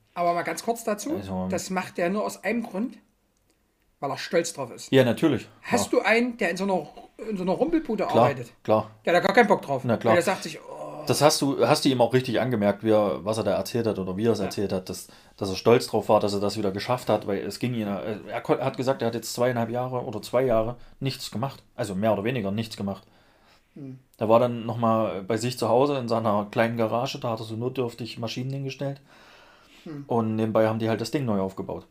Aber mal ganz kurz dazu, Also, das macht er nur aus einem Grund, weil er stolz drauf ist. ja, natürlich. Hast du einen, der in so einer Rumpelbude Klar, arbeitet? klar. Der hat da gar keinen Bock drauf. Na Weil klar. der sagt sich, oh, Das hast du ihm auch richtig angemerkt, was er da erzählt hat oder wie er es ja, erzählt hat, dass er stolz drauf war, dass er das wieder geschafft hat, weil es ging ihm, er hat gesagt, er hat jetzt 2,5 Jahre oder 2 Jahre nichts gemacht. Also mehr oder weniger nichts gemacht. Er war dann nochmal bei sich zu Hause in seiner kleinen Garage, da hat er so notdürftig Maschinen hingestellt und nebenbei haben die halt das Ding neu aufgebaut.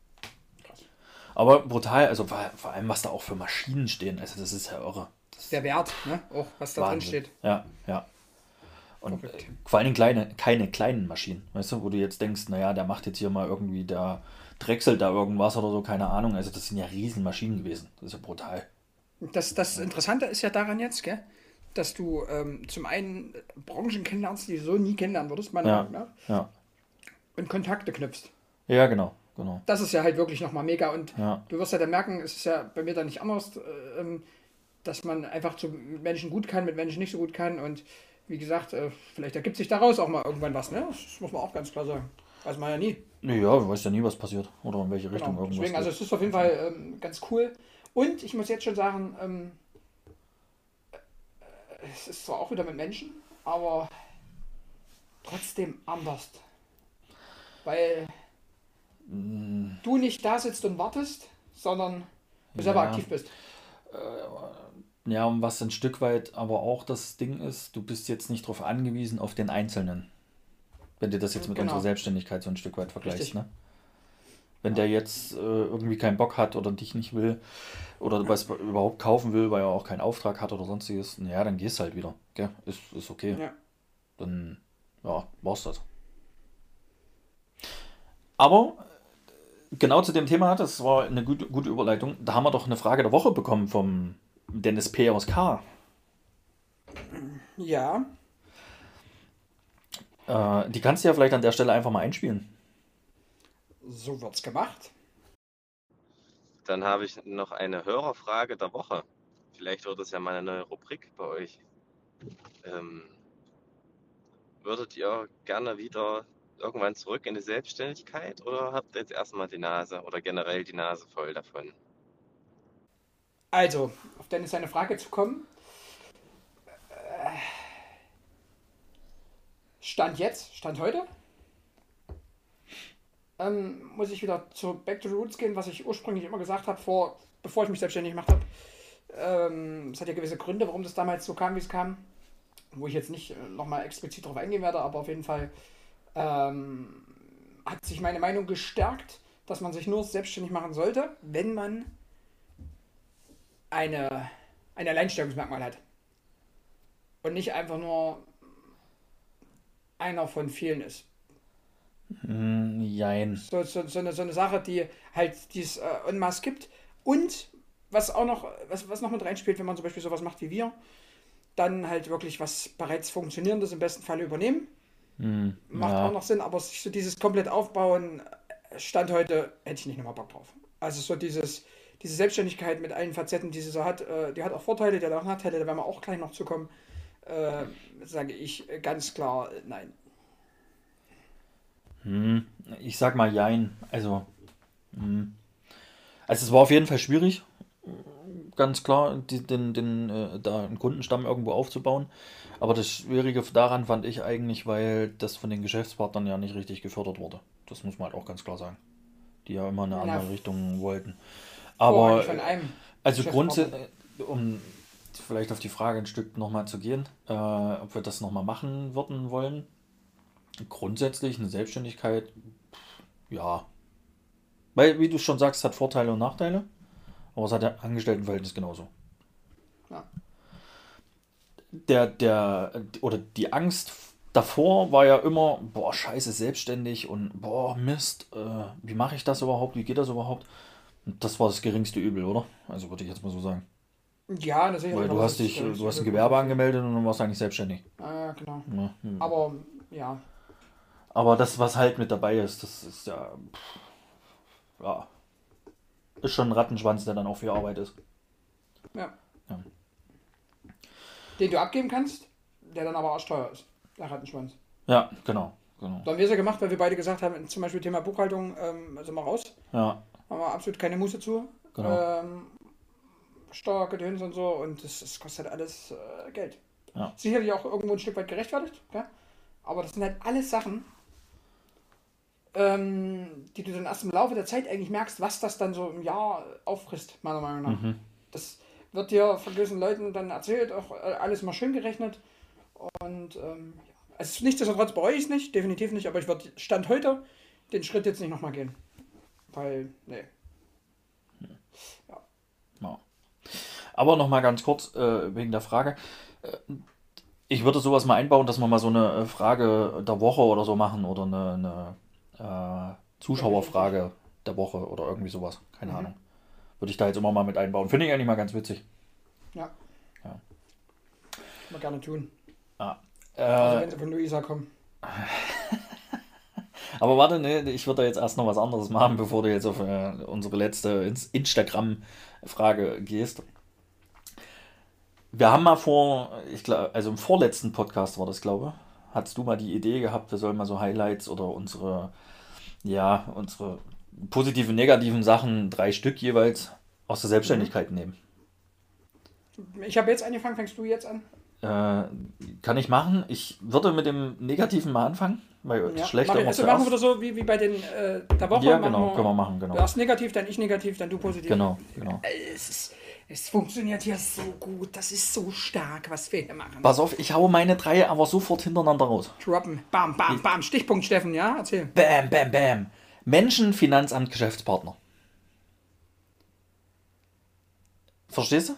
Aber brutal, also vor allem, was da auch für Maschinen stehen, also das ist ja irre. Das ist der Wert, ne? Auch was da drin Wahnsinn. steht. Ja, ja. Und Verrückt. vor allen Dingen keine kleinen Maschinen, weißt du, wo du jetzt denkst, naja, der macht jetzt hier mal irgendwie, der drechselt da irgendwas oder so, keine Ahnung. Also das sind ja riesen Maschinen gewesen. Das ist ja brutal. Das Interessante ist ja daran jetzt, gell, dass du zum einen Branchen kennenlernst, die du so nie kennenlernen würdest, meiner Ja, Meinung nach, ja. und Kontakte knüpfst. Ja, genau, genau. Das ist ja halt wirklich nochmal mega. Und Ja, du wirst ja dann merken, es ist ja bei mir dann nicht anders, dass man einfach zu Menschen gut kann, mit Menschen nicht so gut kann. Und wie gesagt, vielleicht ergibt sich daraus auch mal irgendwann was, ne? Das muss man auch ganz klar sagen. Weiß man ja nie. ja, du weißt ja nie, was passiert oder in welche Richtung Genau. irgendwas Deswegen, also geht. es ist auf jeden Fall ganz cool. Und ich muss jetzt schon sagen, es ist zwar auch wieder mit Menschen, aber trotzdem anders. Weil du nicht da sitzt und wartest, sondern du selber Ja, aktiv bist. ja, und was ein Stück weit aber auch das Ding ist, du bist jetzt nicht darauf angewiesen auf den Einzelnen. Wenn du das jetzt mit unserer Genau, Selbstständigkeit so ein Stück weit vergleichst, richtig. ne? Wenn Ja. der jetzt irgendwie keinen Bock hat oder dich nicht will oder was überhaupt kaufen will, weil er auch keinen Auftrag hat oder sonstiges, naja, dann gehst halt wieder. Gell? Ist okay. Ja. Dann, ja, war's das. Aber genau zu dem Thema, das war eine gute Überleitung, da haben wir doch eine Frage der Woche bekommen vom Dennis P. aus K. Ja, Die kannst du ja vielleicht an der Stelle einfach mal einspielen. so wird's gemacht. Dann habe ich noch eine Hörerfrage der Woche. Vielleicht wird es ja mal eine neue Rubrik bei euch. Ähm, Würdet ihr gerne wieder irgendwann zurück in die Selbstständigkeit oder habt ihr jetzt erstmal die Nase oder generell die Nase voll davon? Also, auf Dennis seine Frage zu kommen. Stand jetzt, Stand heute, muss ich wieder zu Back to the Roots gehen, was ich ursprünglich immer gesagt habe, bevor ich mich selbstständig gemacht habe. Es hat ja gewisse Gründe, warum das damals so kam, wie es kam, wo ich jetzt nicht nochmal explizit darauf eingehen werde, aber auf jeden Fall hat sich meine Meinung gestärkt, dass man sich nur selbstständig machen sollte, wenn man ein Alleinstellungsmerkmal hat. Und nicht einfach nur einer von vielen ist. Jein. So eine Sache, die halt dies en masse gibt. Und was auch noch, was noch mit reinspielt, wenn man zum Beispiel sowas macht wie wir, dann halt wirklich was bereits Funktionierendes im besten Fall übernehmen. Macht auch Ja. noch Sinn, aber sich so dieses komplett aufbauen, Stand heute, hätte ich nicht nochmal Bock drauf. Also so diese Selbstständigkeit mit allen Facetten, die sie so hat, die hat auch Vorteile, die hat auch Nachteile, da werden wir auch gleich noch zu kommen. Sage ich ganz klar nein. Ich sag mal jein. Also es war auf jeden Fall schwierig, ganz klar, da einen Kundenstamm irgendwo aufzubauen. Aber das Schwierige daran fand ich eigentlich, weil das von den Geschäftspartnern ja nicht richtig gefördert wurde. Das muss man halt auch ganz klar sagen. Die ja immer in eine Na, andere Richtung wollten. vorrangig Aber von einem also Geschäftspartner. grundsätzlich, um vielleicht auf die Frage ein Stück nochmal zu gehen, ob wir das nochmal machen würden wollen. Grundsätzlich eine Selbstständigkeit, ja. Weil, wie du schon sagst, hat Vorteile und Nachteile. Aber es hat ja Angestelltenverhältnis genauso. Ja. Oder die Angst davor war ja immer, boah, scheiße, selbstständig und boah, Mist, wie mache ich das überhaupt, wie geht das überhaupt? Und das war das geringste Übel, oder? Also würde ich jetzt mal so sagen. Ja, das sicherlich, Weil aber du das hast ist dich, du hast ein so Gewerbe grundsätzlich. angemeldet und dann warst du eigentlich selbstständig. Ja, genau. Ne? Aber ja, Aber das, was halt mit dabei ist, das ist ja, ja, ist schon ein Rattenschwanz, der dann auch viel Arbeit ist. ja. Ja, Den du abgeben kannst, der dann aber arschteuer ist. Der Rattenschwanz. ja, genau, Da haben wir es ja gemacht, weil wir beide gesagt haben, zum Beispiel Thema Buchhaltung, also mal raus. Ja, Haben wir absolut keine Muße zu. genau. Steuergedöns und so und das kostet halt alles Geld. Ja. Sicherlich auch irgendwo ein Stück weit gerechtfertigt, ja? Aber das sind halt alles Sachen, die du dann erst im Laufe der Zeit eigentlich merkst, was das dann so im Jahr auffrisst, meiner Meinung nach. Das wird dir von gewissen Leuten dann erzählt, auch alles mal schön gerechnet. Und also nichtsdestotrotz bei euch ist nicht, definitiv nicht, aber ich würde Stand heute den Schritt jetzt nicht nochmal gehen. Weil, nee. Ja. Aber nochmal ganz kurz wegen der Frage. Ich würde sowas mal einbauen, dass wir mal so eine Frage der Woche oder so machen oder eine Zuschauerfrage der Woche oder irgendwie sowas. Keine Ahnung. Würde ich da jetzt immer mal mit einbauen. Finde ich eigentlich mal ganz witzig. Ja. Ja. Kann man gerne tun. Ja. Also wenn sie von Luisa kommen. Aber warte, ne, ich würde da jetzt erst noch was anderes machen, bevor du jetzt auf unsere letzte Instagram-Frage gehst. Wir haben mal ich glaube, also im vorletzten Podcast war das, glaube ich, hattest du mal die Idee gehabt, wir sollen mal so Highlights oder unsere positiven, negativen Sachen, 3 Stück jeweils, aus der Selbstständigkeit nehmen. Ich habe jetzt angefangen, fängst du jetzt an? Kann ich machen. Ich würde mit dem Negativen mal anfangen, weil das Schlechte immer machen zuerst. wir das so wie bei den der Woche. Ja, genau, können wir machen, genau. Du erst negativ, dann ich negativ, dann du positiv. Genau. Es funktioniert ja so gut, das ist so stark, was wir hier machen. Pass auf, ich haue meine 3 aber sofort hintereinander raus. Droppen, bam, bam, bam, Stichpunkt, Steffen, ja, erzähl. Bam, bam, bam. Menschen, Finanzamt, Geschäftspartner. Verstehst du?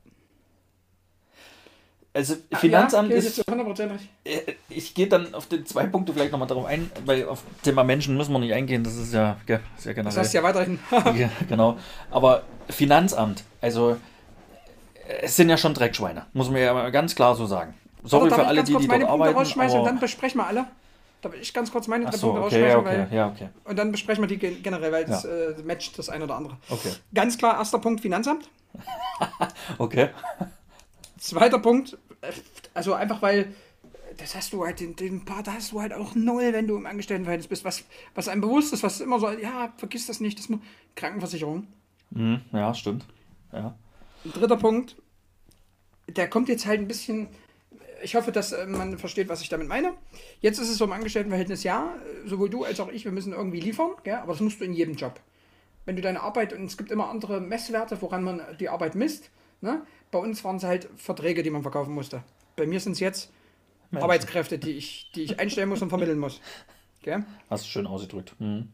Also Finanzamt ja, ist... 100% richtig. Ich gehe dann auf die 2 Punkte vielleicht nochmal darauf ein, weil auf Thema Menschen müssen wir nicht eingehen, das ist ja generell. Das heißt ja weiterhin. Ja, genau. Aber Finanzamt, also es sind ja schon Dreckschweine, muss man ja mal ganz klar so sagen. Sorry für alle, die dort arbeiten. Und dann besprechen wir alle. Da will ich ganz kurz meine 3 Achso, Punkte okay, rausschmeißen. okay. Und dann besprechen wir die generell, weil das matcht das eine oder andere. Okay. Ganz klar, erster Punkt, Finanzamt. Okay. Zweiter Punkt, also einfach weil, das hast du halt, den Part hast du halt auch null, wenn du im Angestelltenverhältnis bist, was einem bewusst ist, was immer so, ja, vergiss das nicht, das muss Krankenversicherung. Ja, stimmt. Ja. Dritter Punkt, der kommt jetzt halt ein bisschen, ich hoffe, dass man versteht, was ich damit meine. Jetzt ist es so im Angestelltenverhältnis, ja, sowohl du als auch ich, wir müssen irgendwie liefern, ja, aber das musst du in jedem Job. Wenn du deine Arbeit, und es gibt immer andere Messwerte, woran man die Arbeit misst, ne? Bei uns waren es halt Verträge, die man verkaufen musste. Bei mir sind es jetzt Arbeitskräfte, die ich einstellen muss und vermitteln muss. Okay? Hast du schön ausgedrückt.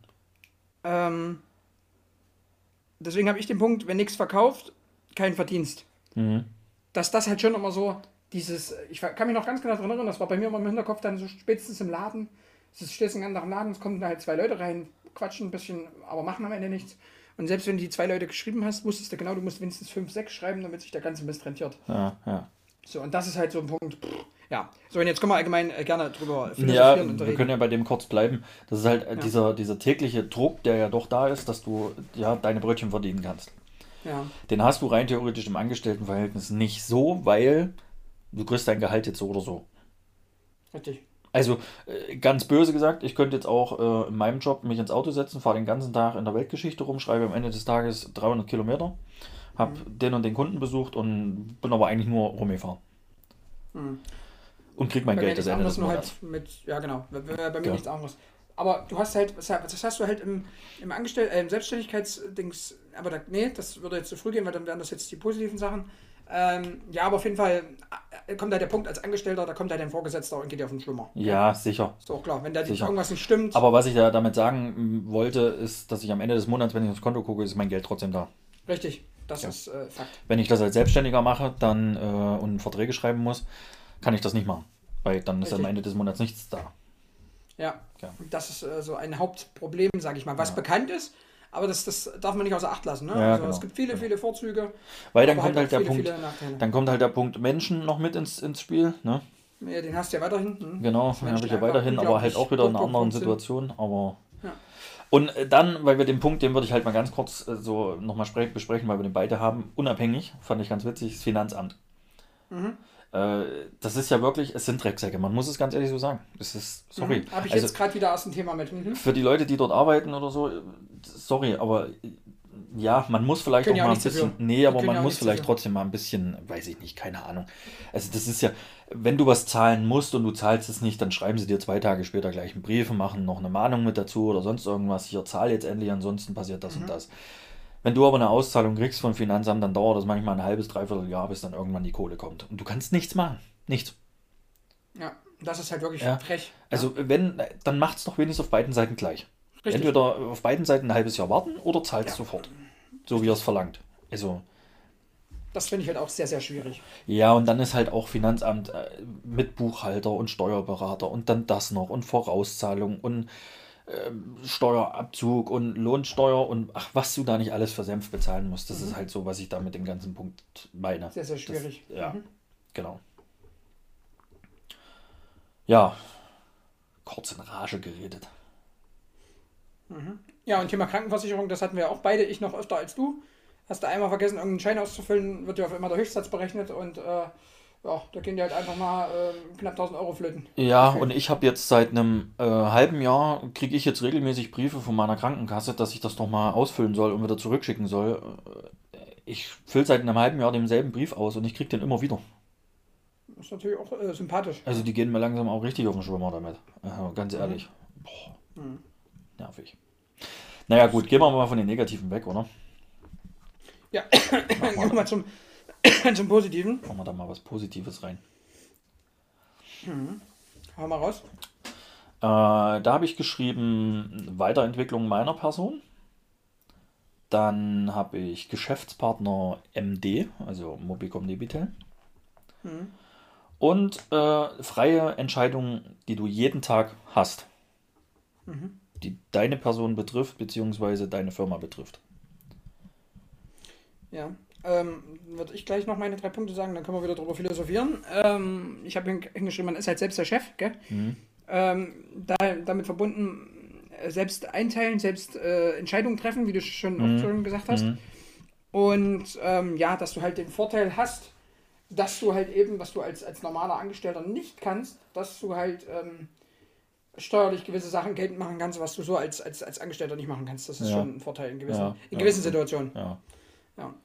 Deswegen habe ich den Punkt, wenn nichts verkauft, kein Verdienst. Dass das halt schon immer so ich kann mich noch ganz genau daran erinnern, das war bei mir immer im Hinterkopf dann so spätestens im Laden, es steht ein ganzer Laden, es kommen da halt 2 Leute rein, quatschen ein bisschen, aber machen am Ende nichts. Und selbst wenn du die 2 Leute geschrieben hast, wusstest du genau, du musst mindestens 5, 6 schreiben, damit sich der ganze Mist rentiert. Ja. So, und das ist halt so ein Punkt. Ja, so, und jetzt können wir allgemein gerne drüber Ja, philosophieren. wir können ja bei dem kurz bleiben. Das ist halt dieser tägliche Druck, der ja doch da ist, dass du deine Brötchen verdienen kannst. Ja. Den hast du rein theoretisch im Angestelltenverhältnis nicht so, weil du kriegst dein Gehalt jetzt so oder so. Richtig. Also ganz böse gesagt, ich könnte jetzt auch in meinem Job mich ins Auto setzen, fahre den ganzen Tag in der Weltgeschichte rum, schreibe am Ende des Tages 300 Kilometer, habe den und den Kunden besucht und bin aber eigentlich nur rumgefahren. Und krieg mein Geld das Ende des Monats. Halt ja, genau. Bei mir nichts anderes. Aber du hast halt, das hast du halt im Selbstständigkeitsdings, aber das würde jetzt zu früh gehen, weil dann wären das jetzt die positiven Sachen. Ja, aber auf jeden Fall kommt da der Punkt als Angestellter, da kommt da dein Vorgesetzter und geht dir auf den Schlummer. Ja, sicher. Ist auch klar, wenn da irgendwas nicht stimmt. Aber was ich da damit sagen wollte, ist, dass ich am Ende des Monats, wenn ich aufs Konto gucke, ist mein Geld trotzdem da. Richtig, das ist Fakt. Wenn ich das als Selbstständiger mache dann und Verträge schreiben muss, kann ich das nicht machen, weil dann ist am Ende des Monats nichts da. Ja. Das ist so ein Hauptproblem, sage ich mal, was bekannt ist. Aber das darf man nicht außer Acht lassen. Ne? Ja, also es gibt viele Vorzüge. Weil dann kommt halt der Punkt Menschen noch mit ins Spiel. Ne? Ja, den hast du ja weiterhin. Genau, den habe ich ja weiterhin, aber halt auch wieder in einer anderen Situation. Aber und dann, weil wir den Punkt, den würde ich halt mal ganz kurz so nochmal besprechen, weil wir den beide haben, unabhängig, fand ich ganz witzig, das Finanzamt. Das ist ja wirklich, es sind Drecksäcke, man muss es ganz ehrlich so sagen. Es ist, sorry. Habe ich Also jetzt gerade wieder erst ein Thema mit. Mhm. für die Leute, die dort arbeiten oder so, sorry, aber ja, man muss vielleicht Können auch ja auch mal ein nichts dafür. bisschen, nee, Die aber können man ja auch muss nichts vielleicht dafür. trotzdem mal ein bisschen, weiß ich nicht, keine Ahnung. Also das ist ja, wenn du was zahlen musst und du zahlst es nicht, dann schreiben sie dir 2 Tage später gleich einen Brief und machen noch eine Mahnung mit dazu oder sonst irgendwas. Hier, zahl jetzt endlich, ansonsten passiert das und das. Wenn du aber eine Auszahlung kriegst vom Finanzamt, dann dauert das manchmal ein halbes, dreiviertel Jahr, bis dann irgendwann die Kohle kommt. Und du kannst nichts machen. Nichts. Ja, das ist halt wirklich Ja. frech. Also wenn, dann macht's doch wenigstens auf beiden Seiten gleich. Richtig. Entweder auf beiden Seiten ein halbes Jahr warten oder zahlst Ja. sofort. So wie er es verlangt. Also, Das finde ich halt auch sehr, sehr schwierig. ja, und dann ist halt auch Finanzamt mit Buchhalter und Steuerberater und dann das noch und Vorauszahlung und Steuerabzug und Lohnsteuer und ach, was du da nicht alles für Senf bezahlen musst. Das ist halt so, was ich da mit dem ganzen Punkt meine. Sehr, sehr schwierig. Das, ja, genau. Ja, kurz in Rage geredet. Ja, und Thema Krankenversicherung, das hatten wir auch beide, ich noch öfter als du. Hast du einmal vergessen, irgendeinen Schein auszufüllen, wird dir auf einmal der Höchstsatz berechnet und ja, da gehen dir halt einfach mal knapp 1000 Euro flöten. Ja, und ich habe jetzt seit einem halben Jahr, kriege ich jetzt regelmäßig Briefe von meiner Krankenkasse, dass ich das nochmal ausfüllen soll und wieder zurückschicken soll. Ich fülle seit einem halben Jahr denselben Brief aus und ich kriege den immer wieder. Das ist natürlich auch sympathisch. Also die gehen mir langsam auch richtig auf den Schwimmer damit. Ganz ehrlich. Boah, nervig. Naja gut, gehen wir mal von den Negativen weg, oder? Ja, gehen wir mal zum Positiven. Machen wir da mal was Positives rein. Hau mal raus. Da habe ich geschrieben, Weiterentwicklung meiner Person. Dann habe ich Geschäftspartner MD, also Mobicom Debitel. Und freie Entscheidungen, die du jeden Tag hast. Die deine Person betrifft, beziehungsweise deine Firma betrifft. Ja, würde ich gleich noch meine 3 Punkte sagen, dann können wir wieder drüber philosophieren. Ich habe hingeschrieben, man ist halt selbst der Chef, gell? Damit verbunden, selbst einteilen, selbst Entscheidungen treffen, wie du schon auch schon gesagt hast. Und ja, dass du halt den Vorteil hast, dass du halt eben, was du als normaler Angestellter nicht kannst, dass du halt steuerlich gewisse Sachen geltend machen kannst, was du so als Angestellter nicht machen kannst. Das ist Ja. schon ein Vorteil in gewissen, Ja, in ja. gewissen Situationen. Ja. Ja.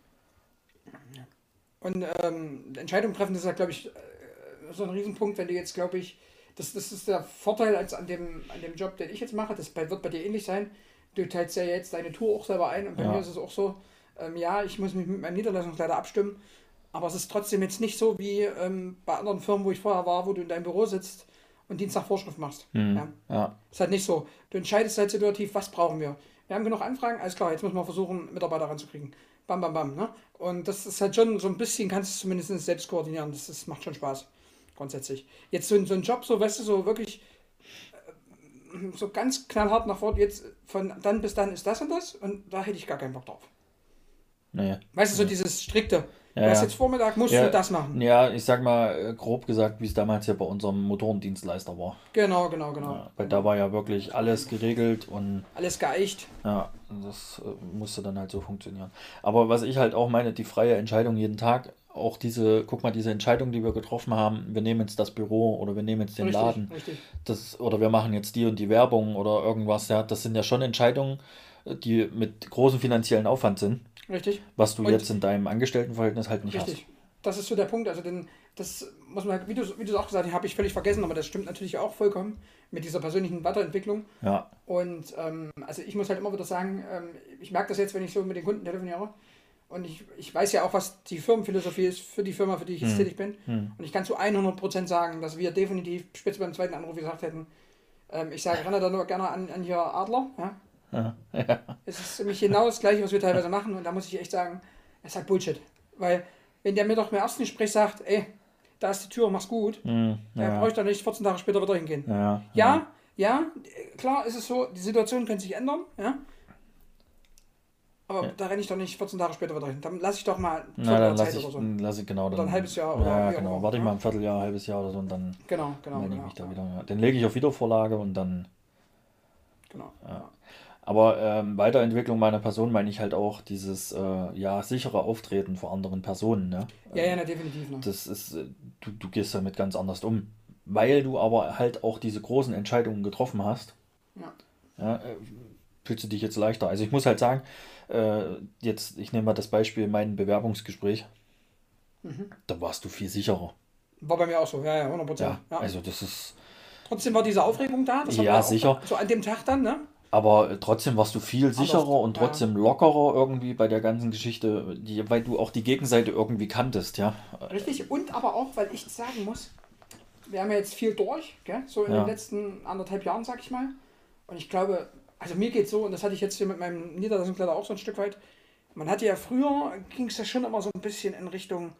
Und Entscheidungen treffen, das ist ja, glaube ich, so ein Riesenpunkt, wenn du jetzt, glaube ich, das ist der Vorteil an dem Job, den ich jetzt mache, das wird bei dir ähnlich sein. Du teilst ja jetzt deine Tour auch selber ein und bei Ja. mir ist es auch so, ja, ich muss mich mit meinem Niederlassungsleiter abstimmen, aber es ist trotzdem jetzt nicht so wie bei anderen Firmen, wo ich vorher war, wo du in deinem Büro sitzt und Dienstag Vorschrift machst. Ja. Ja. Ist halt nicht so. Du entscheidest halt situativ, was brauchen wir. Wir haben genug Anfragen, alles klar, jetzt müssen wir versuchen, Mitarbeiter ranzukriegen. Bam, bam, bam. Ne? Und das ist halt schon so ein bisschen, kannst du es zumindest selbst koordinieren. Das macht schon Spaß, grundsätzlich. Jetzt so ein Job, so, weißt du, so wirklich so ganz knallhart nach vorne, jetzt von dann bis dann ist das und das und da hätte ich gar keinen Bock drauf. Nee. Weißt du, so dieses strikte, Ja, du hast ja. jetzt Vormittag, musst Ja. du das machen. Ja, ich sag mal grob gesagt, wie es damals ja bei unserem Motorendienstleister war. Genau. Ja, weil da war ja wirklich alles geregelt und Alles geeicht. ja, das musste dann halt so funktionieren. Aber was ich halt auch meine, die freie Entscheidung jeden Tag, auch diese Entscheidung, die wir getroffen haben, wir nehmen jetzt das Büro oder wir nehmen jetzt den Richtig, Laden, richtig. oder wir machen jetzt die und die Werbung oder irgendwas, ja, das sind ja schon Entscheidungen, die mit großem finanziellen Aufwand sind, Richtig. was du Und- jetzt in deinem Angestelltenverhältnis halt nicht Richtig. Das ist so der Punkt. Also das muss man halt, wie du es auch gesagt hast, habe ich völlig vergessen, aber das stimmt natürlich auch vollkommen mit dieser persönlichen Weiterentwicklung. hast. Ja, Und also ich muss halt immer wieder sagen, ich merke das jetzt, wenn ich so mit den Kunden telefoniere. Und ich weiß ja auch, was die Firmenphilosophie ist für die Firma, für die ich jetzt tätig bin. Und ich kann zu 100% sagen, dass wir definitiv, speziell beim zweiten Anruf gesagt hätten, ich sage, renne da nur gerne an hier Adler. Ja? Es ist nämlich genau das Gleiche, was wir teilweise machen. Und da muss ich echt sagen, es ist halt Bullshit. Weil, wenn der mir doch im ersten Gespräch sagt, ey, da ist die Tür, mach's gut, dann brauche ich da nicht 14 Tage später wieder hingehen. Ja, klar ist es so, die Situationen können sich ändern, ja. Aber da renne ich doch nicht 14 Tage später wieder hin. Dann lasse ich doch mal Na, Viertel dann Zeit lasse oder so. ich genau Oder dann. ein halbes Jahr oder Ja, wie auch genau. immer, Warte ich ja. mal ein Vierteljahr, ein halbes Jahr oder so und dann Genau. melde ich mich da wieder. Ja. Den lege ich auf Wiedervorlage und dann. Genau. Ja. Aber Weiterentwicklung meiner Person meine ich halt auch dieses sichere Auftreten vor anderen Personen. Ne? Ja, na, definitiv. Ne? Das ist, du gehst damit ganz anders um. Weil du aber halt auch diese großen Entscheidungen getroffen hast, Ja. fühlst du dich jetzt leichter. Also ich muss halt sagen, ich nehme mal das Beispiel, mein Bewerbungsgespräch, da warst du viel sicherer. War bei mir auch so, ja, 100%. Ja, Ja. also das ist, Trotzdem war diese Aufregung da, das haben ja, wir auch sicher. so an dem Tag dann, ne? Aber trotzdem warst du viel sicherer und ja. trotzdem lockerer irgendwie bei der ganzen Geschichte, weil du auch die Gegenseite irgendwie kanntest, ja. Richtig, und aber auch, weil ich sagen muss, wir haben ja jetzt viel durch, gell? So in Ja. den letzten 1,5 Jahren, sag ich mal. Und ich glaube, also mir geht's so, und das hatte ich jetzt hier mit meinem Niederlassungskleider auch so ein Stück weit. Man hatte ja früher, ging es ja schon immer so ein bisschen in Richtung,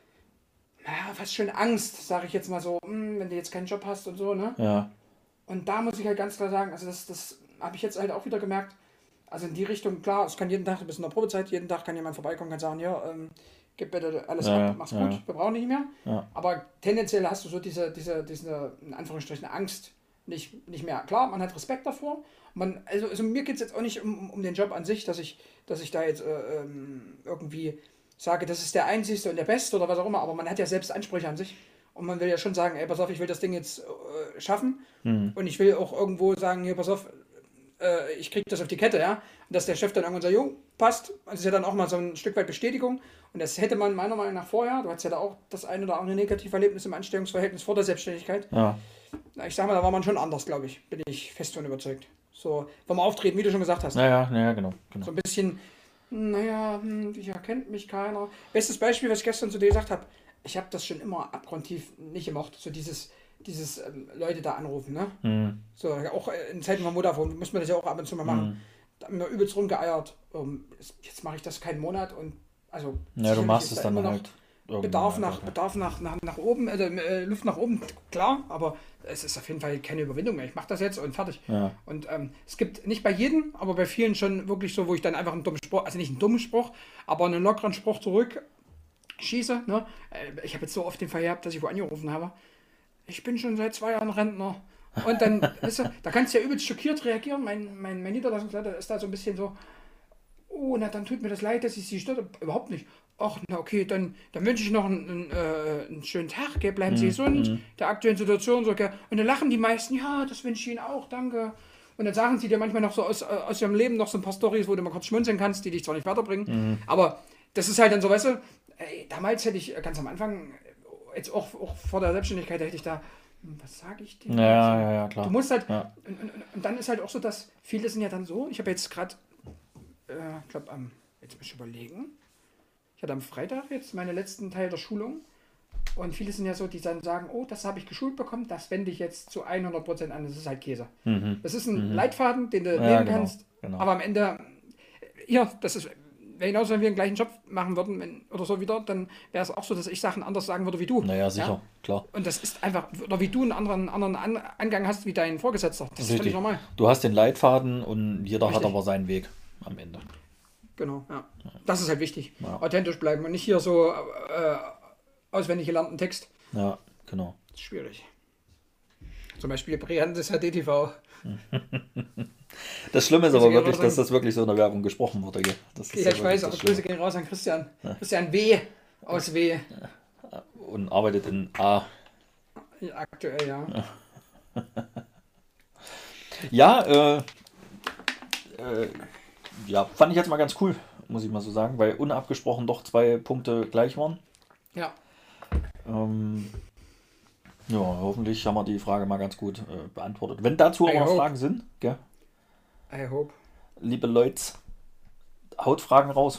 naja, fast schon Angst, sage ich jetzt mal so, wenn du jetzt keinen Job hast und so, ne? Ja, Und da muss ich halt ganz klar sagen, also das habe ich jetzt halt auch wieder gemerkt. Also in die Richtung, klar, es kann jeden Tag, du bist in der Probezeit, jeden Tag kann jemand vorbeikommen, kann sagen, ja, gib bitte alles Ja, ab, mach's ja. gut, wir brauchen nicht mehr. Ja. Aber tendenziell hast du so diese in Anführungsstrichen, Angst nicht mehr. Klar, man hat Respekt davor. Also mir geht es jetzt auch nicht um den Job an sich, dass ich da jetzt irgendwie sage, das ist der einzigste und der beste oder was auch immer, aber man hat ja selbst Ansprüche an sich. Und man will ja schon sagen, ey, pass auf, ich will das Ding jetzt schaffen. Und ich will auch irgendwo sagen, hier, pass auf, ich kriege das auf die Kette, ja. Und dass der Chef dann irgendwann sagt, jo, passt. Das ist ja dann auch mal so ein Stück weit Bestätigung. Und das hätte man meiner Meinung nach vorher, du hattest ja da auch das ein oder andere Negativerlebnis im Anstellungsverhältnis vor der Selbstständigkeit. ja, Na, ich sag mal, da war man schon anders, glaube ich. Bin ich fest von überzeugt. So, vom Auftreten, wie du schon gesagt hast. ja, genau. So ein bisschen, naja, dich erkennt mich keiner. Bestes Beispiel, was ich gestern zu dir gesagt habe. Ich habe das schon immer abgrundtief nicht gemocht. So dieses Leute da anrufen, ne? So, auch in Zeiten von Vodafone müssen wir das ja auch ab und zu mal machen. Da haben wir übelst rumgeeiert. Jetzt mache ich das keinen Monat und also. Ja, du sicherlich machst ist es da dann immer noch halt irgendwann Bedarf einfach, nach oben, Luft nach oben, klar, aber es ist auf jeden Fall keine Überwindung mehr. Ich mache das jetzt und fertig. Ja. Und es gibt nicht bei jedem, aber bei vielen schon wirklich so, wo ich dann einfach einen dummen Spruch, also nicht einen dummen Spruch, aber einen lockeren Spruch zurück schieße. Ne? Ich habe jetzt so oft den Fall gehabt, dass ich wo angerufen habe. Ich bin schon seit 2 Jahren Rentner. Und dann, weißt du, da kannst du ja übelst schockiert reagieren. Mein Niederlassungsleiter ist da so ein bisschen so, oh, na dann tut mir das leid, dass ich Sie störe. Überhaupt nicht. Ach, na okay, dann wünsche ich noch einen schönen Tag, gell? Bleiben Sie gesund, der aktuellen Situation so, gell? Und dann lachen die meisten, ja, das wünsche ich Ihnen auch, danke. Und dann sagen sie dir manchmal noch so aus ihrem Leben noch so ein paar Storys, wo du mal kurz schmunzeln kannst, die dich zwar nicht weiterbringen, aber das ist halt dann so, weißt du, ey, damals hätte ich ganz am Anfang, jetzt auch vor der Selbstständigkeit, da hätte ich da, was sage ich dir? Ja, klar. Du musst halt, Ja. und dann ist halt auch so, dass viele sind ja dann so, ich habe jetzt gerade, ich glaube, jetzt muss ich überlegen, ich hatte am Freitag jetzt meinen letzten Teil der Schulung und viele sind ja so, die dann sagen, oh, das habe ich geschult bekommen, das wende ich jetzt zu 100% an, das ist halt Käse. Das ist ein Leitfaden, den du nehmen genau, kannst, genau. aber am Ende, ja, das ist, genauso wenn wir den gleichen Job machen würden oder so wieder, dann wäre es auch so, dass ich Sachen anders sagen würde wie du. Naja, sicher, klar. Und das ist einfach, oder wie du einen anderen Angang hast wie dein Vorgesetzter. Das ist völlig Richtig. normal. Du hast den Leitfaden und jeder hat Richtig. aber seinen Weg am Ende. Genau, ja. Das ist halt wichtig. Ja. Authentisch bleiben und nicht hier so auswendig gelernten Text. Ja, genau. Das ist schwierig. Zum Beispiel brillantes HDTV. Das Schlimme ist Grüße aber gehen wirklich, raus dass an- das wirklich so in der Werbung gesprochen wurde. Gell? Das ist Ja, ich wirklich weiß, das aber Schlimme. Grüße gehen raus an Christian. Christian W. aus W. Und arbeitet in A. Ja, aktuell, ja. Ja, ja, fand ich jetzt mal ganz cool, muss ich mal so sagen, weil unabgesprochen doch 2 Punkte gleich waren. Ja. Ja, hoffentlich haben wir die Frage mal ganz gut beantwortet. Wenn dazu I aber noch hope. Fragen sind, gell, I hope. liebe Leute, haut Fragen raus.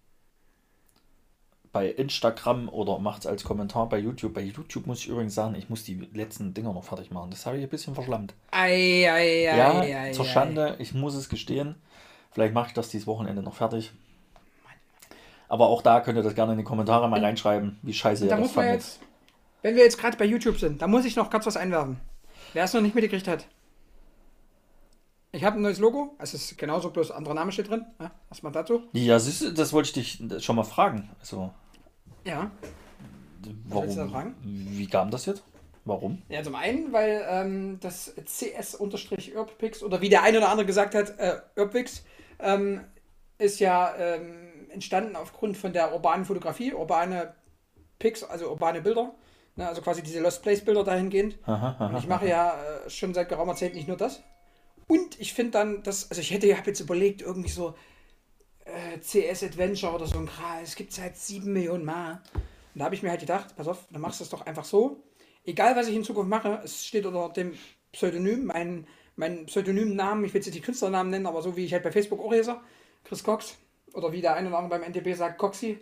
Bei Instagram oder macht's als Kommentar bei YouTube. Bei YouTube muss ich übrigens sagen, ich muss die letzten Dinger noch fertig machen. Das habe ich ein bisschen verschlammt. Ja, zur Schande, ich muss es gestehen. Vielleicht mache ich das dieses Wochenende noch fertig. Aber auch da könnt ihr das gerne in die Kommentare mal reinschreiben, wie scheiße ihr Da das muss man fandet. jetzt, wenn wir jetzt gerade bei YouTube sind, da muss ich noch kurz was einwerfen. Wer es noch nicht mitgekriegt hat. Ich habe ein neues Logo, es ist genauso, bloß anderer Name steht drin. Ja, erstmal dazu. Ja, siehst du, das wollte ich dich schon mal fragen. Also, Ja. willst du da warum? fragen? Wie kam das jetzt? Warum? Ja, zum einen, weil das CS-Urpix oder wie der eine oder andere gesagt hat, Urpix, ist ja entstanden aufgrund von der urbanen Fotografie, urbane Pics, also urbane Bilder, ne, also quasi diese Lost Place Bilder dahingehend. Und ich mache ja schon seit geraumer Zeit nicht nur das. Und ich finde dann, also ich habe jetzt überlegt, irgendwie so CS Adventure oder so ein Kram, es gibt es halt 7 Millionen Mal. Und da habe ich mir halt gedacht, pass auf, dann machst du es doch einfach so. Egal, was ich in Zukunft mache, es steht unter dem Pseudonym, mein Pseudonymnamen, ich will jetzt nicht die Künstlernamen nennen, aber so wie ich halt bei Facebook auch heiße, Chris Cox, oder wie der eine oder andere beim NTB sagt, Coxy.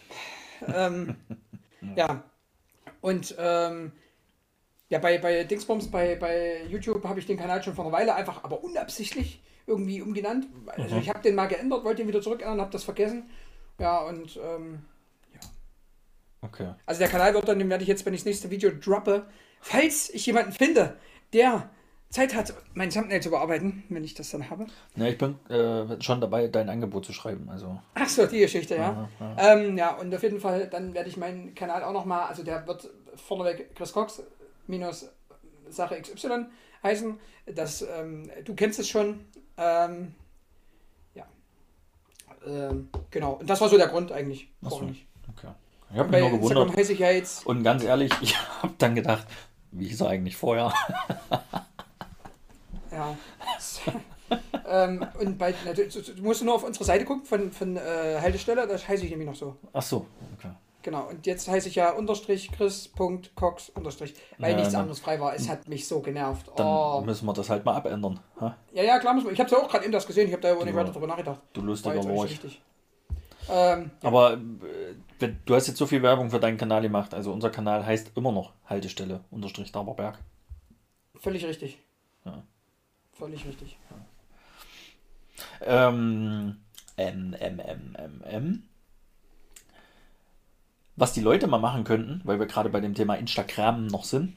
Ja, und ja, bei Dingsbums, bei YouTube habe ich den Kanal schon vor einer Weile einfach, aber unabsichtlich irgendwie umgenannt. Also ich habe den mal geändert, wollte ihn wieder zurückändern, habe das vergessen. Ja, und ja. Okay. Also der Kanal wird dann, den werde ich jetzt, wenn ich das nächste Video droppe, falls ich jemanden finde, der Zeit hat, mein Thumbnail zu bearbeiten, wenn ich das dann habe. Ja, ich bin schon dabei, dein Angebot zu schreiben. Also. Ach so, die Geschichte, ja. Ja. Ja, und auf jeden Fall, dann werde ich meinen Kanal auch nochmal, also der wird vorneweg Chris Cox minus Sache XY heißen. Das, du kennst es schon. Ja. Genau. Und das war so der Grund eigentlich. Ach so, okay. Ich habe mich nur gewundert. Heiße ich ja jetzt. Und ganz ehrlich, ich habe dann gedacht, wie hieß er eigentlich vorher? Ja. Und du musst nur auf unsere Seite gucken von Haltestelle, das heiße ich nämlich noch so. Ach so, okay. Genau, und jetzt heiße ich ja _Chris.Cox_, weil Ja, nichts dann- anderes frei war. Es hat mich so genervt. Dann Oh. müssen wir das halt mal abändern. Ha? Ja, klar muss man. Ich habe es ja auch gerade eben das gesehen, ich habe da aber nicht weiter drüber nachgedacht. Du War lustiger jetzt auch nicht Lorch. wichtig. Aber du hast jetzt so viel Werbung für deinen Kanal gemacht. Also unser Kanal heißt immer noch Haltestelle _Daberberg. Völlig richtig. Ja. Völlig richtig. Was die Leute mal machen könnten, weil wir gerade bei dem Thema Instagram noch sind,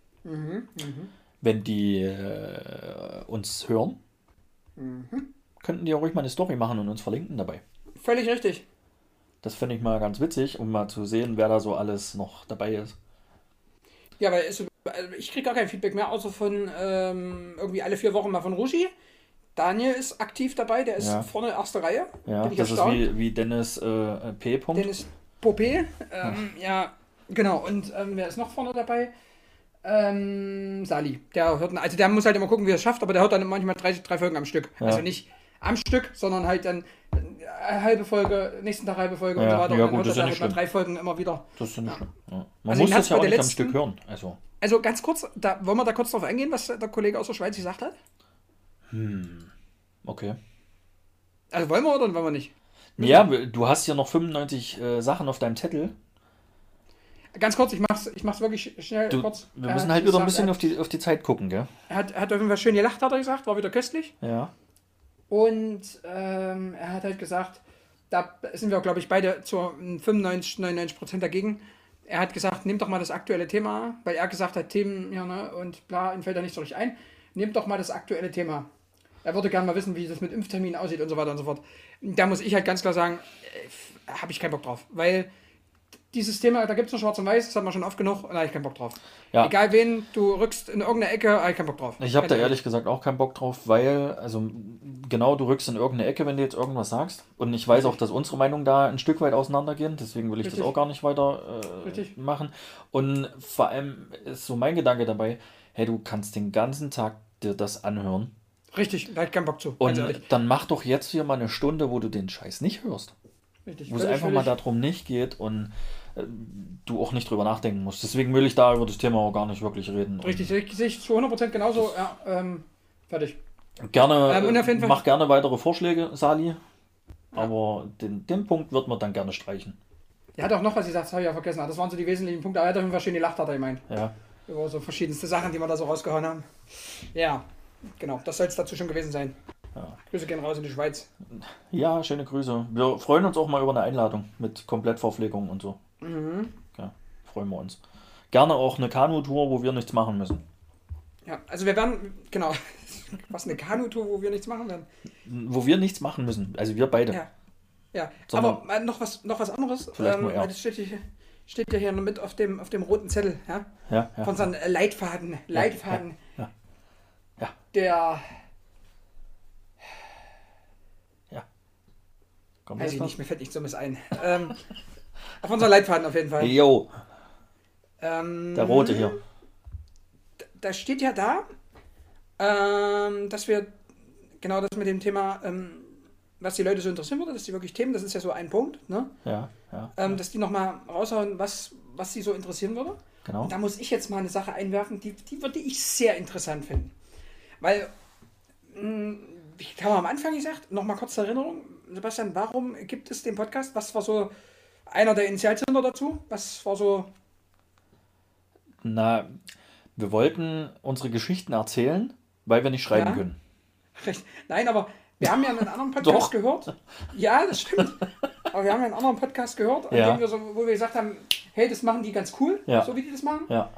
wenn die uns hören, könnten die auch ruhig mal eine Story machen und uns verlinken dabei. Völlig richtig. Das fände ich mal ganz witzig, um mal zu sehen, wer da so alles noch dabei ist. Ja, weil ich kriege gar kein Feedback mehr, außer von irgendwie alle 4 Wochen mal von Rushi. Daniel ist aktiv dabei, der ist Ja. vorne erste Reihe. Ja, Bin ich das ist erstaunt. wie Dennis P. Punkt. Dennis Popé. Ja, genau. Und wer ist noch vorne dabei? Sali. Der muss halt immer gucken, wie er es schafft, aber der hört dann manchmal 3 Folgen am Stück. Ja. Also nicht am Stück, sondern halt dann eine halbe Folge, nächsten Tag halbe Folge und Ja, so weiter. ja, Und dann gut, hört das ist er ja halt nicht mal schlimm. 3 Folgen immer wieder. Das ist ja nicht schlimm. Ja. Man Also muss ihn das hat's ja bei auch der nicht am letzten- Stück hören. Also ganz kurz, wollen wir da kurz drauf eingehen, was der Kollege aus der Schweiz gesagt hat? Okay. Also wollen wir oder wollen wir nicht? Ja, du hast ja noch 95 Sachen auf deinem Zettel. Ganz kurz, ich mach's wirklich schnell kurz. Wir Er müssen hat halt wieder ein gesagt, bisschen auf die Zeit gucken, gell? Er hat auf jeden Fall schön gelacht, hat er gesagt, war wieder köstlich. Ja. Und er hat halt gesagt, da sind wir, glaube ich, beide zu 95-99% dagegen. Er hat gesagt, nehmt doch mal das aktuelle Thema, weil er gesagt hat, Themen, ja, ne, und bla, ihm fällt da nicht so richtig ein. Nehmt doch mal das aktuelle Thema. Er würde gerne mal wissen, wie das mit Impfterminen aussieht und so weiter und so fort. Da muss ich halt ganz klar sagen, habe ich keinen Bock drauf. Weil dieses Thema, da gibt es nur Schwarz und Weiß, das hat man schon oft genug und da habe ich keinen Bock drauf. Ja. Egal wen du rückst in irgendeine Ecke, habe ich keinen Bock drauf. Ich habe da Ganz ehrlich gesagt auch keinen Bock drauf, weil, also genau, du rückst in irgendeine Ecke, wenn du jetzt irgendwas sagst. Und ich weiß auch, dass unsere Meinungen da ein Stück weit auseinandergehen, deswegen will ich Richtig. das auch gar nicht weiter Richtig. machen. Und vor allem ist so mein Gedanke dabei, hey, du kannst den ganzen Tag dir das anhören. Richtig, da habe ich keinen Bock zu. Und Ganz ehrlich. dann mach doch jetzt hier mal eine Stunde, wo du den Scheiß nicht hörst. Richtig. Wo es Völlig, einfach mal völlig. darum nicht geht und du auch nicht drüber nachdenken musst. Deswegen will ich da über das Thema auch gar nicht wirklich reden. Richtig, sehe ich zu 100% genauso. Ja, fertig. Und gerne, und auf jeden Fall- mach gerne weitere Vorschläge, Sali. Aber den Punkt wird man dann gerne streichen. Er hat auch noch was gesagt, das habe ich ja vergessen. Das waren so die wesentlichen Punkte. Aber er hat auf jeden Fall schön gelacht, hat er gemeint. Ja. Über so verschiedenste Sachen, die wir da so rausgehauen haben. Ja, genau. Das soll es dazu schon gewesen sein. Ja. Grüße gehen raus in die Schweiz. Ja, schöne Grüße. Wir freuen uns auch mal über eine Einladung mit Komplettverpflegung und so. Ja, freuen wir uns. Gerne auch eine Kanutour, wo wir nichts machen müssen. Ja, also wir werden, genau. Was, eine Kanutour, wo wir nichts machen werden? Wo wir nichts machen müssen. Also wir beide. Ja. Ja, Sondern- aber noch was anderes. Vielleicht nur er. Das steht ja hier noch mit auf dem roten Zettel, ja? Ja, ja. Von unseren Leitfaden. Leitfaden. Ja. Ja. Der, Kommt weiß jetzt ich was? nicht, mir fällt nichts Dummes ein. Auf unseren Leitfaden auf jeden Fall. Jo, Ähm, der rote hier. Da steht ja da, dass wir genau das mit dem Thema, was die Leute so interessieren würde, dass die wirklich Themen, das ist ja so ein Punkt, ne? Ja, ja. Dass die nochmal raushauen, was sie so interessieren würde. Genau. Und da muss ich jetzt mal eine Sache einwerfen, die würde ich sehr interessant finden. Weil, ich habe am Anfang gesagt, nochmal kurz zur Erinnerung, Sebastian, warum gibt es den Podcast? Was war so einer der Initialzünder dazu? Was war so... Na, wir wollten unsere Geschichten erzählen, weil wir nicht schreiben Ja. können. Nein, aber wir haben ja einen anderen Podcast Doch. gehört. Ja, das stimmt. Aber wir haben ja einen anderen Podcast gehört, Ja. in dem wo wir gesagt haben, hey, das machen die ganz cool, Ja. so wie die das machen. Ja.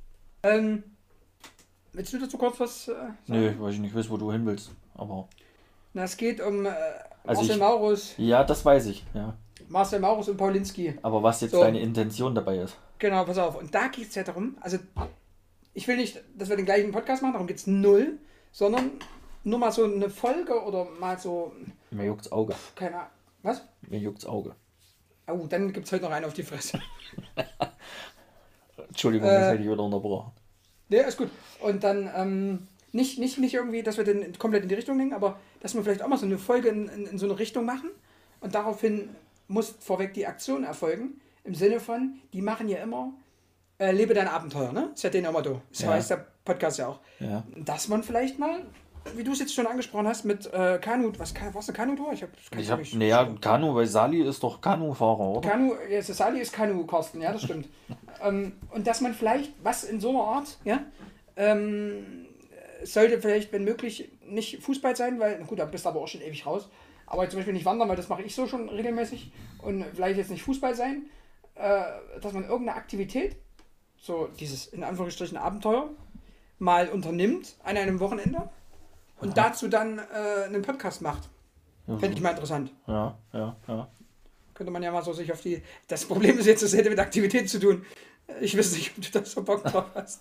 Willst du dazu kurz was sagen? Nö, weil ich nicht weiß, wo du hin willst. Aber. Na, es geht um Also Marcel Maurus. Ja, das weiß ich, ja. Marcel Maurus und Paulinski. Aber was jetzt So. deine Intention dabei ist. Genau, pass auf. Und da geht es ja darum, also ich will nicht, dass wir den gleichen Podcast machen, darum geht es null, sondern nur mal so eine Folge oder mal so, Mir juckt's Auge. keine Ahnung, was? Mir juckt's Auge. Oh, dann gibt es heute noch einen auf die Fresse. Entschuldigung, das hätte ich wieder unterbrochen. Ne, ist gut. Und dann nicht irgendwie, dass wir den komplett in die Richtung lenken, aber dass wir vielleicht auch mal so eine Folge in so eine Richtung machen und daraufhin muss vorweg die Aktion erfolgen. Im Sinne von, die machen ja immer lebe dein Abenteuer, ne? Ist ja denen immer so. Das Ja. heißt der Podcast ja auch. Ja. Dass man vielleicht mal, wie du es jetzt schon angesprochen hast, mit Kanu, was eine Kanutour? Kanu, weil Sali ist doch Kanufahrer, oder? Kanu, ja, Sali ist Kanu, Carsten, ja, das stimmt. Und dass man vielleicht was in so einer Art, ja, es sollte vielleicht, wenn möglich, nicht Fußball sein, weil, na gut, da bist du aber auch schon ewig raus. Aber zum Beispiel nicht wandern, weil das mache ich so schon regelmäßig. Und vielleicht jetzt nicht Fußball sein, dass man irgendeine Aktivität, so dieses in Anführungsstrichen Abenteuer, mal unternimmt an einem Wochenende und dazu dann einen Podcast macht. Fände ich mal interessant. Ja. Könnte man ja mal so sich auf die... Das Problem ist jetzt, das hätte mit Aktivität zu tun. Ich weiß nicht, ob du da so Bock drauf hast.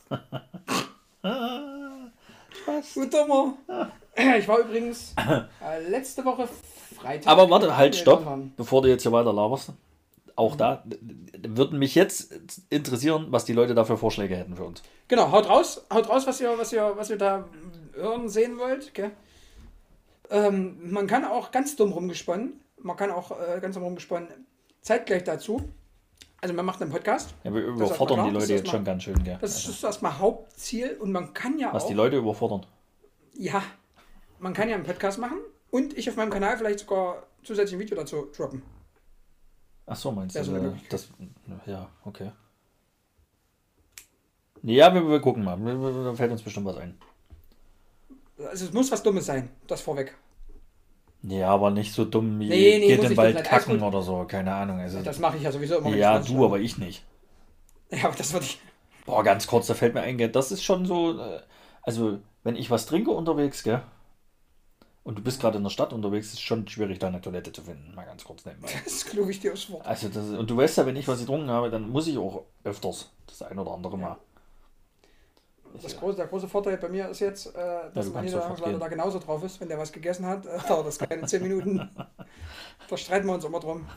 Du Dummer. Ich war übrigens letzte Woche Freitag... Aber warte, halt, in stopp, London. bevor du jetzt hier weiter laberst. Auch da würden mich jetzt interessieren, was die Leute da für Vorschläge hätten für uns. Genau, haut raus, was ihr da hören, sehen wollt. Okay? Man kann auch ganz dumm rumgesponnen. Zeitgleich dazu. Also man macht einen Podcast. Ja, wir Das ist überfordern erstmal die klar, Leute das ist jetzt schon ganz schön, gell? Das ist erstmal Hauptziel und man kann ja Was auch... die Leute überfordern. Ja, man kann ja einen Podcast machen und ich auf meinem Kanal vielleicht sogar zusätzlich ein Video dazu droppen. Ach so, meinst Ja, du? so eine Möglichkeit. Das, ja, okay. Ja, wir gucken mal. Da fällt uns bestimmt was ein. Also es muss was Dummes sein, das vorweg. Ja, aber nicht so dumm wie Nee, geht muss im ich Wald doch nicht. Alles kacken gut. oder so. Keine Ahnung. Also, Das mache ich ja sowieso immer. wenn ja, ich du, aber ich nicht. Ja, aber das würde ich... Boah, ganz kurz, da fällt mir ein, gell, das ist schon so, also wenn ich was trinke unterwegs, gell, und du bist gerade in der Stadt unterwegs, ist es schon schwierig, da eine Toilette zu finden, mal ganz kurz nebenbei. Das glaube ich dir aufs Wort. Also das, und du weißt ja, wenn ich was getrunken habe, dann muss ich auch öfters das ein oder andere Mal. Der große Vorteil bei mir ist jetzt, dass du mein kannst sofort Niederlassungsleiter gehen. da genauso drauf ist. Wenn der was gegessen hat, dauert das keine 10 Minuten. Da streiten wir uns immer drum.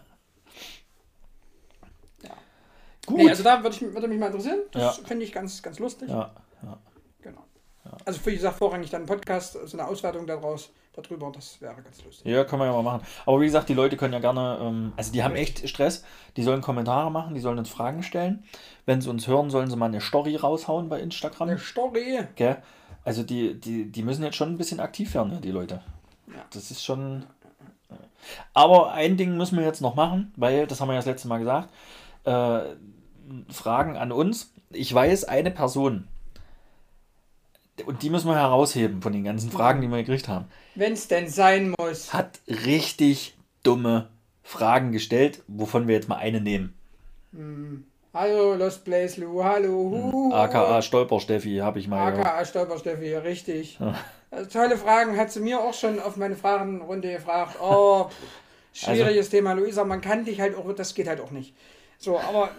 Gut. Nee, also da würde mich mal interessieren. Das Ja. finde ich ganz, ganz lustig. Ja, Genau. Also für ich sage vorrangig dann einen Podcast, so eine Auswertung darüber, das wäre ganz lustig. ja, kann man ja mal machen. Aber wie gesagt, die Leute können ja gerne, also die haben echt Stress, die sollen Kommentare machen, die sollen uns Fragen stellen. Wenn sie uns hören, sollen sie mal eine Story raushauen bei Instagram. Eine Story. Gell? Also die müssen jetzt schon ein bisschen aktiv werden, ja, die Leute. Ja. Das ist schon... Aber ein Ding müssen wir jetzt noch machen, weil, das haben wir ja das letzte Mal gesagt, Fragen an uns. Ich weiß, eine Person, und die müssen wir herausheben von den ganzen Fragen, die wir gekriegt haben, Wenn es denn sein muss. hat richtig dumme Fragen gestellt, wovon wir jetzt mal eine nehmen. Hallo, Lost Place Lou, hallo. AKA Stolper Steffi, habe ich mal gehört. AKA Stolper Steffi, richtig. Also, tolle Fragen, hat sie mir auch schon auf meine Fragenrunde gefragt. Oh, schwieriges Thema, Luisa, man kann dich halt auch, das geht halt auch nicht. So, aber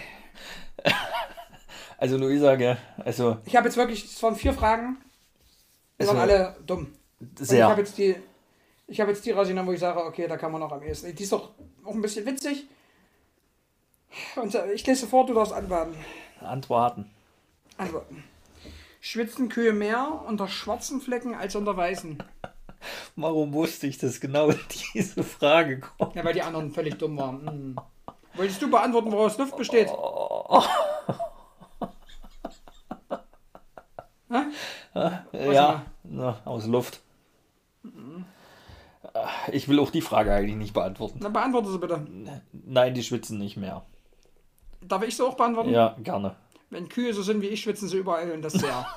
Also Luisa, gell, also ich habe jetzt wirklich, es waren 4 Fragen, die waren Also, alle dumm. Und ich sehr. habe jetzt die rausgenommen, wo ich sage, okay, da kann man noch am ehesten. Die ist doch auch ein bisschen witzig. Und ich lese vor, du darfst antworten. Antworten. Schwitzen Kühe mehr unter schwarzen Flecken als unter weißen? Warum wusste ich, dass genau diese Frage kommt? Ja, weil die anderen völlig dumm waren. Wolltest du beantworten, woraus Luft besteht? Ja, aus Luft. Ich will auch die Frage eigentlich nicht beantworten. Na, beantworte sie bitte. Nein, die schwitzen nicht mehr. Darf ich sie auch beantworten? Ja, gerne. Wenn Kühe so sind wie ich, schwitzen sie überall und das sehr.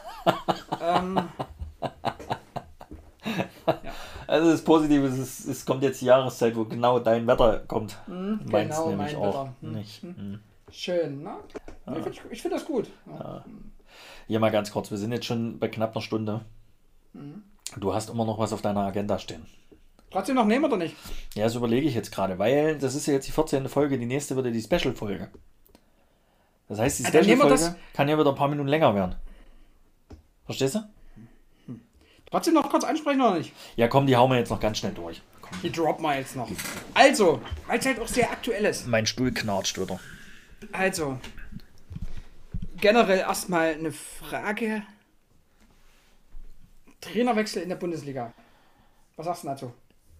Also das Positive ist, es kommt jetzt die Jahreszeit, wo genau dein Wetter kommt. Meins genau, nämlich mein auch Wetter. nicht. Schön, ne? Ich finde das gut. Ja. Hier mal ganz kurz, wir sind jetzt schon bei knapp einer Stunde. Du hast immer noch was auf deiner Agenda stehen. Trotzdem noch nehmen oder nicht? Ja, das überlege ich jetzt gerade, weil das ist ja jetzt die 14. Folge, die nächste wird ja die Special-Folge. Das heißt, die dann nehmen wir Special-Folge kann ja wieder ein paar Minuten länger werden. Verstehst du? Trotzdem noch kurz ansprechen oder nicht? Ja, komm, die hauen wir jetzt noch ganz schnell durch. Komm. Die droppen wir jetzt noch. Also, weil es halt auch sehr aktuell ist. Mein Stuhl knarzt wieder. Also, generell erstmal eine Frage. Trainerwechsel in der Bundesliga. Was sagst du dazu?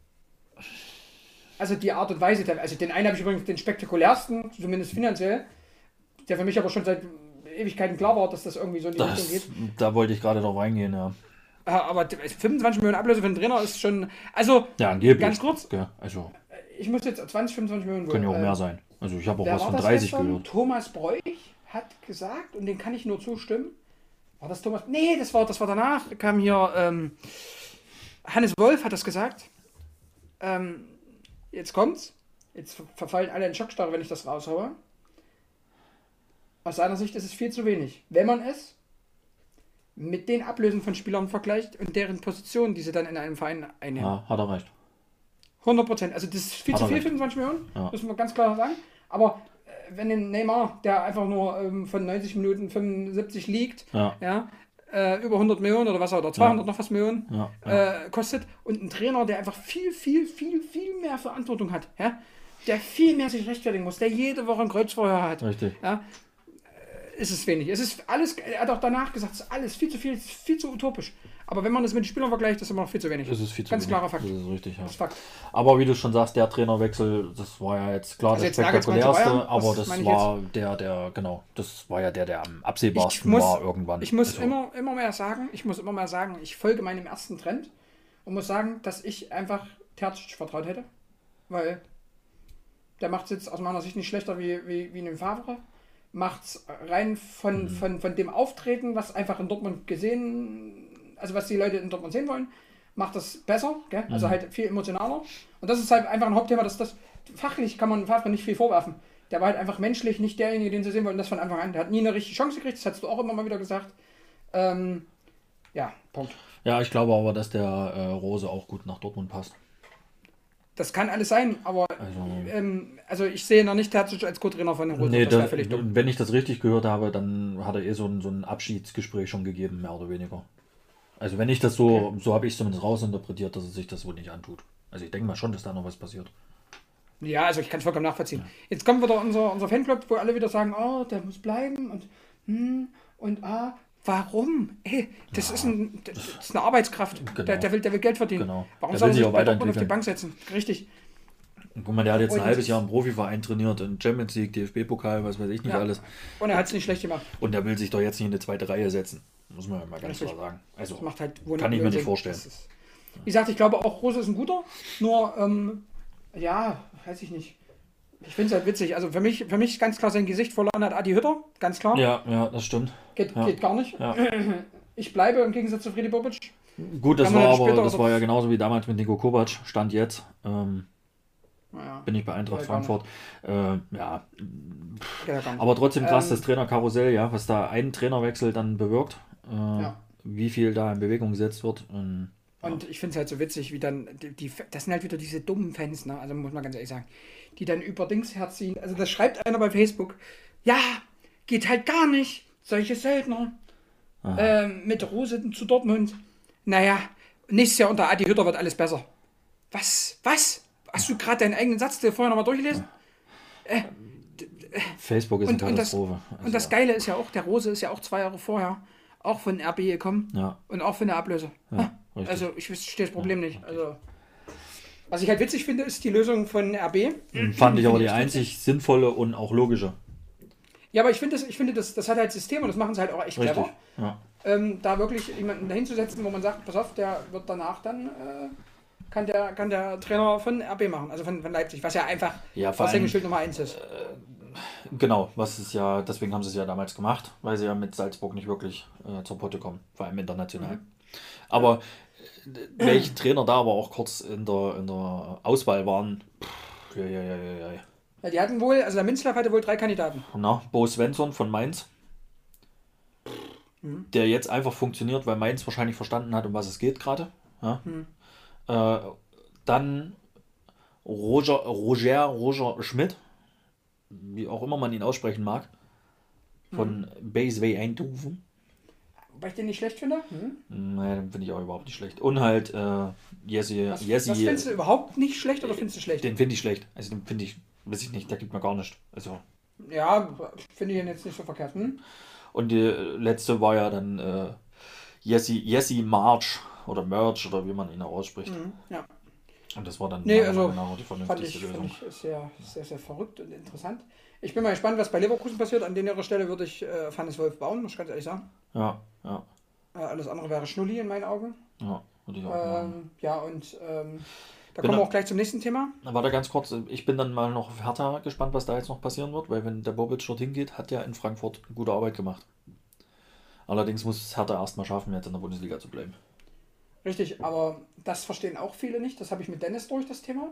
Also die Art und Weise, also den einen habe ich übrigens den spektakulärsten, zumindest finanziell, der für mich aber schon seit Ewigkeiten klar war, dass das irgendwie so in die Richtung geht. Da wollte ich gerade drauf reingehen, ja. Aber 25 Millionen Ablöse für einen Trainer ist schon, also Ja, angeblich. ganz kurz, Ja, also ich muss jetzt 20, 25 Millionen können ja auch mehr sein. Also ich habe auch wer was war von das 30 gestern? gehört. Thomas Bräuch hat gesagt, und dem kann ich nur zustimmen, war das Thomas? Nee, das war danach, kam hier, Hannes Wolf hat das gesagt. Jetzt kommt's. Jetzt verfallen alle in Schockstarre, wenn ich das raushaue. Aus seiner Sicht ist es viel zu wenig. Wenn man es mit den Ablösen von Spielern vergleicht und deren Positionen, die sie dann in einem Verein einnehmen. Ja, hat er recht. 100%. Also das ist viel Hat zu er viel, recht. 25 Millionen, Ja. müssen wir ganz klar sagen. Aber wenn ein Neymar, der einfach nur von 90 Minuten 75 liegt, Ja. über 100 Millionen oder was, oder 200 noch was Millionen Ja. kostet, und ein Trainer, der einfach viel mehr Verantwortung hat, ja, der viel mehr sich rechtfertigen muss, der jede Woche ein Kreuzfeuer hat, Richtig. ja, ist es wenig. Es ist alles, er hat auch danach gesagt, es ist alles viel zu viel, es ist viel zu utopisch. Aber wenn man das mit den Spielern vergleicht, ist es immer noch viel zu wenig. Das ist viel zu Ganz wenig. klarer Fakt. Das ist richtig, ja. Das ist Fakt. Aber wie du schon sagst, der Trainerwechsel, das war ja jetzt klar Also der jetzt Nagelsmann zu spektakulärste, Bayern, aber das das meine ich war der war ja der am absehbarsten war irgendwann. Ich muss Also, immer mehr sagen, ich folge meinem ersten Trend und muss sagen, dass ich einfach Terzic vertraut hätte, weil der macht es jetzt aus meiner Sicht nicht schlechter wie einen Favre, macht es rein von dem Auftreten, was einfach in Dortmund also was die Leute in Dortmund sehen wollen, macht das besser, gell? Also halt viel emotionaler, und das ist halt einfach ein Hauptthema, dass das fachlich kann man Favre nicht viel vorwerfen. Der war halt einfach menschlich nicht derjenige, den sie sehen wollten, das von Anfang an. Der hat nie eine richtige Chance gekriegt, das hast du auch immer mal wieder gesagt. Ja, Punkt. Ja, ich glaube aber, dass der Rose auch gut nach Dortmund passt. Das kann alles sein, aber also ich sehe noch nicht Terzic als Co-Trainer von den Rosen. Nee, das wäre völlig dumm. wenn ich das richtig gehört habe, dann hat er so ein Abschiedsgespräch schon gegeben, mehr oder weniger. Also wenn ich das so habe ich es zumindest rausinterpretiert, dass er sich das wohl nicht antut. Also ich denke mal schon, dass da noch was passiert. Ja, also ich kann es vollkommen nachvollziehen. Jetzt kommt wieder unser Fanclub, wo alle wieder sagen, oh, der muss bleiben und warum? Ey, das ist eine Arbeitskraft. Genau. Der will Geld verdienen. Genau. Warum Der soll will er sich sich auch bei Dortmund auf die weiterentwickeln. Bank setzen? Richtig. Guck mal, der hat jetzt ein Und halbes Jahr im Profiverein trainiert, in Champions League, DFB-Pokal, was weiß ich nicht alles. Und er hat es nicht schlecht gemacht. Und der will sich doch jetzt nicht in eine zweite Reihe setzen. Muss man ja mal ganz Richtig. klar sagen. Also, Das macht halt kann ich mir nicht Sinn. vorstellen. Wie gesagt, ich glaube auch Rose ist ein guter, nur, weiß ich nicht. Ich finde es halt witzig. Also für mich ganz klar sein Gesicht verloren hat Adi Hütter, ganz klar. Ja, das stimmt. Geht gar nicht. Ja. Ich bleibe im Gegensatz zu Friedi Bobic. Gut, das Kann man war dann aber, später das oder- war ja genauso wie damals mit Nico Kovac, Stand jetzt. Naja, Bin ich bei Eintracht Ja, gar Frankfurt. Ja, geht ja gar nicht. aber trotzdem krass, das Trainerkarussell, ja, was da ein Trainerwechsel dann bewirkt, Ja. wie viel da in Bewegung gesetzt wird. Und ich finde es halt so witzig, wie dann, das sind halt wieder diese dummen Fans, ne? Also muss man ganz ehrlich sagen, die dann über Dings herziehen. Also das schreibt einer bei Facebook, ja, geht halt gar nicht, solche Söldner mit Rose zu Dortmund. Naja, nächstes Jahr unter Adi Hütter wird alles besser. Was? Hast du gerade deinen eigenen Satz dir vorher nochmal durchgelesen? Facebook ist eine Katastrophe. Und das Geile ist ja auch, der Rose ist ja auch 2 Jahre vorher auch von RB gekommen und auch für eine Ablöse. Also ich verstehe das Problem nicht. Also, was ich halt witzig finde, ist die Lösung von RB. Fand ich aber die einzig sinnvolle und auch logische. Ja, aber ich finde, das hat halt System und das machen sie halt auch echt clever. Ja. Da wirklich jemanden dahinzusetzen, wo man sagt, pass auf, der wird danach dann, kann der Trainer von RB machen, also von Leipzig, was ja einfach Aushängeschild Nummer 1 ist. Genau, deswegen haben sie es ja damals gemacht, weil sie ja mit Salzburg nicht wirklich zur Potte kommen, vor allem international. Aber welche Trainer da aber auch kurz in der Auswahl waren, Ja, die hatten wohl, also der Minzlaff hatte wohl 3 Kandidaten. Bo Svensson von Mainz, der jetzt einfach funktioniert, weil Mainz wahrscheinlich verstanden hat, um was es geht gerade. Ja. Dann Roger Schmidt, wie auch immer man ihn aussprechen mag, von BSV Eindhoven. Wobei ich den nicht schlecht finde. Naja, den finde ich auch überhaupt nicht schlecht. Und halt Jesse. Was findest du überhaupt nicht schlecht oder findest du schlecht? Den finde ich schlecht. Also den finde ich, weiß ich nicht, der gibt mir gar nicht. Also. Ja, finde ich ihn jetzt nicht so verkehrt. Und die letzte war ja dann Jesse March oder Merch oder wie man ihn auch ausspricht. Ja. Und das war dann genau die vernünftigste Lösung. Fand ich sehr, sehr, sehr verrückt und interessant. Ich bin mal gespannt, was bei Leverkusen passiert. An ihrer Stelle würde ich Hannes Wolf bauen, muss ich ganz ehrlich sagen. Ja. Alles andere wäre Schnulli in meinen Augen. Ja, würde ich auch machen. Da kommen wir auch gleich zum nächsten Thema. Warte ganz kurz, ich bin dann mal noch auf Hertha gespannt, was da jetzt noch passieren wird, weil wenn der Bobic dorthin geht, hat er in Frankfurt gute Arbeit gemacht. Allerdings muss es Hertha erstmal schaffen, jetzt in der Bundesliga zu bleiben. Richtig, aber das verstehen auch viele nicht. Das habe ich mit Dennis durch, das Thema.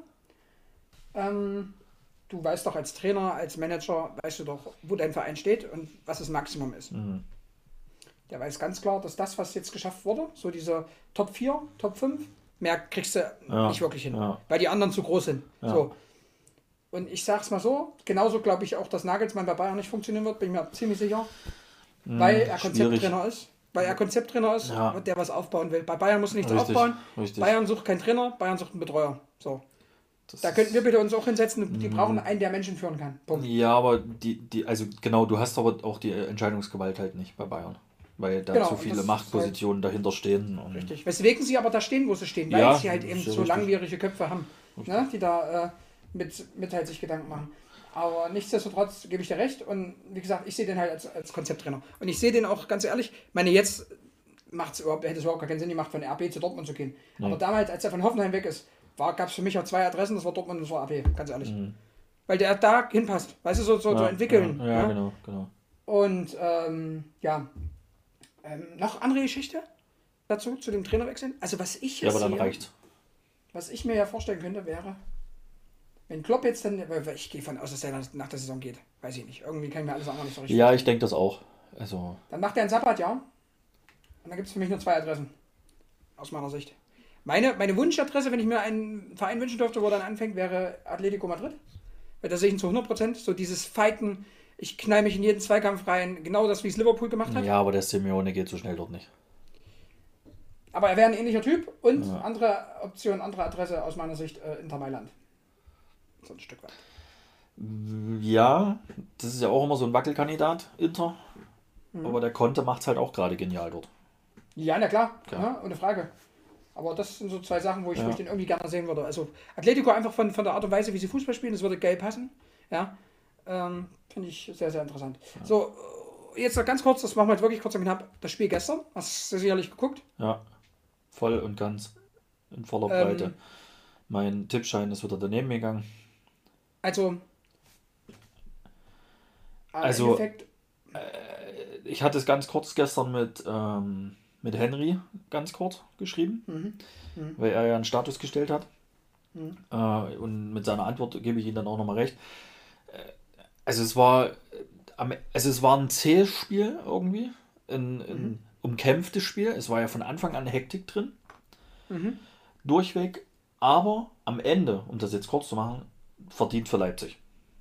Du weißt doch als Trainer, als Manager, weißt du doch, wo dein Verein steht und was das Maximum ist. Der weiß ganz klar, dass das, was jetzt geschafft wurde, so diese Top 4, Top 5, mehr kriegst du nicht wirklich hin, weil die anderen zu groß sind. Ja. So. Und ich sag's mal so, genauso glaube ich auch, dass Nagelsmann bei Bayern nicht funktionieren wird, bin ich mir ziemlich sicher, weil er Konzepttrainer ist. Und der was aufbauen will. Bei Bayern muss nichts aufbauen. Richtig. Bayern sucht keinen Trainer, Bayern sucht einen Betreuer. So. Da könnten wir bitte uns auch hinsetzen, die brauchen einen, der Menschen führen kann. Punkt. Ja, aber du hast aber auch die Entscheidungsgewalt halt nicht bei Bayern. Weil da zu viele Machtpositionen dahinter stehen. Und richtig. Weswegen sie aber da stehen, wo sie stehen, weil sie halt eben so langwierige Köpfe haben, ne, die da mit halt sich Gedanken machen. Aber nichtsdestotrotz gebe ich dir recht und wie gesagt, ich sehe den halt als Konzepttrainer. Und ich sehe den auch, ganz ehrlich, jetzt hätte es überhaupt gar keinen Sinn gemacht, von RB zu Dortmund zu gehen. Nee. Aber damals, als er von Hoffenheim weg ist, gab es für mich auch 2 Adressen, das war Dortmund und das war RB, ganz ehrlich. Weil der da hinpasst, weißt du, so entwickeln. Ja, genau. Und noch andere Geschichte dazu, zu dem Trainerwechsel. Also was ich jetzt aber dann reicht's. Was ich mir ja vorstellen könnte, wäre, wenn Klopp jetzt dann, ich gehe von aus, dass er nach der Saison geht, weiß ich nicht, irgendwie kann ich mir alles andere nicht so richtig vorstellen. Ja, ich denke das auch. Also. Dann macht er ein Sabbatjahr und dann gibt es für mich nur 2 Adressen, aus meiner Sicht. Meine Wunschadresse, wenn ich mir einen Verein wünschen dürfte, wo er dann anfängt, wäre Atletico Madrid, weil da sehe ich ihn zu 100%, so dieses Fighten, ich knall mich in jeden Zweikampf rein, genau das, wie es Liverpool gemacht hat. Ja, aber der Simeone geht so schnell dort nicht. Aber er wäre ein ähnlicher Typ und andere Option, andere Adresse aus meiner Sicht, Inter Mailand. So ein Stück weit. Ja, das ist ja auch immer so ein Wackelkandidat, Inter. Aber der Conte macht es halt auch gerade genial dort. Ja, na klar, ja, ohne Frage. Aber das sind so 2 Sachen, wo ich den irgendwie gerne sehen würde. Also Atletico einfach von der Art und Weise, wie sie Fußball spielen, das würde geil passen. Ja, finde ich sehr, sehr interessant. Ja. So, jetzt noch ganz kurz, das machen wir jetzt wirklich kurz und knapp. Das Spiel gestern, hast du sicherlich geguckt? Ja, voll und ganz, in voller Breite. Mein Tippschein ist wieder daneben gegangen. Also ich hatte es ganz kurz gestern mit Henry ganz kurz geschrieben, weil er ja einen Status gestellt hat. Und mit seiner Antwort gebe ich ihm dann auch nochmal recht. Also es war ein zähes Spiel irgendwie, ein umkämpftes Spiel. Es war ja von Anfang an Hektik drin. Durchweg. Aber am Ende, um das jetzt kurz zu machen, verdient für Leipzig.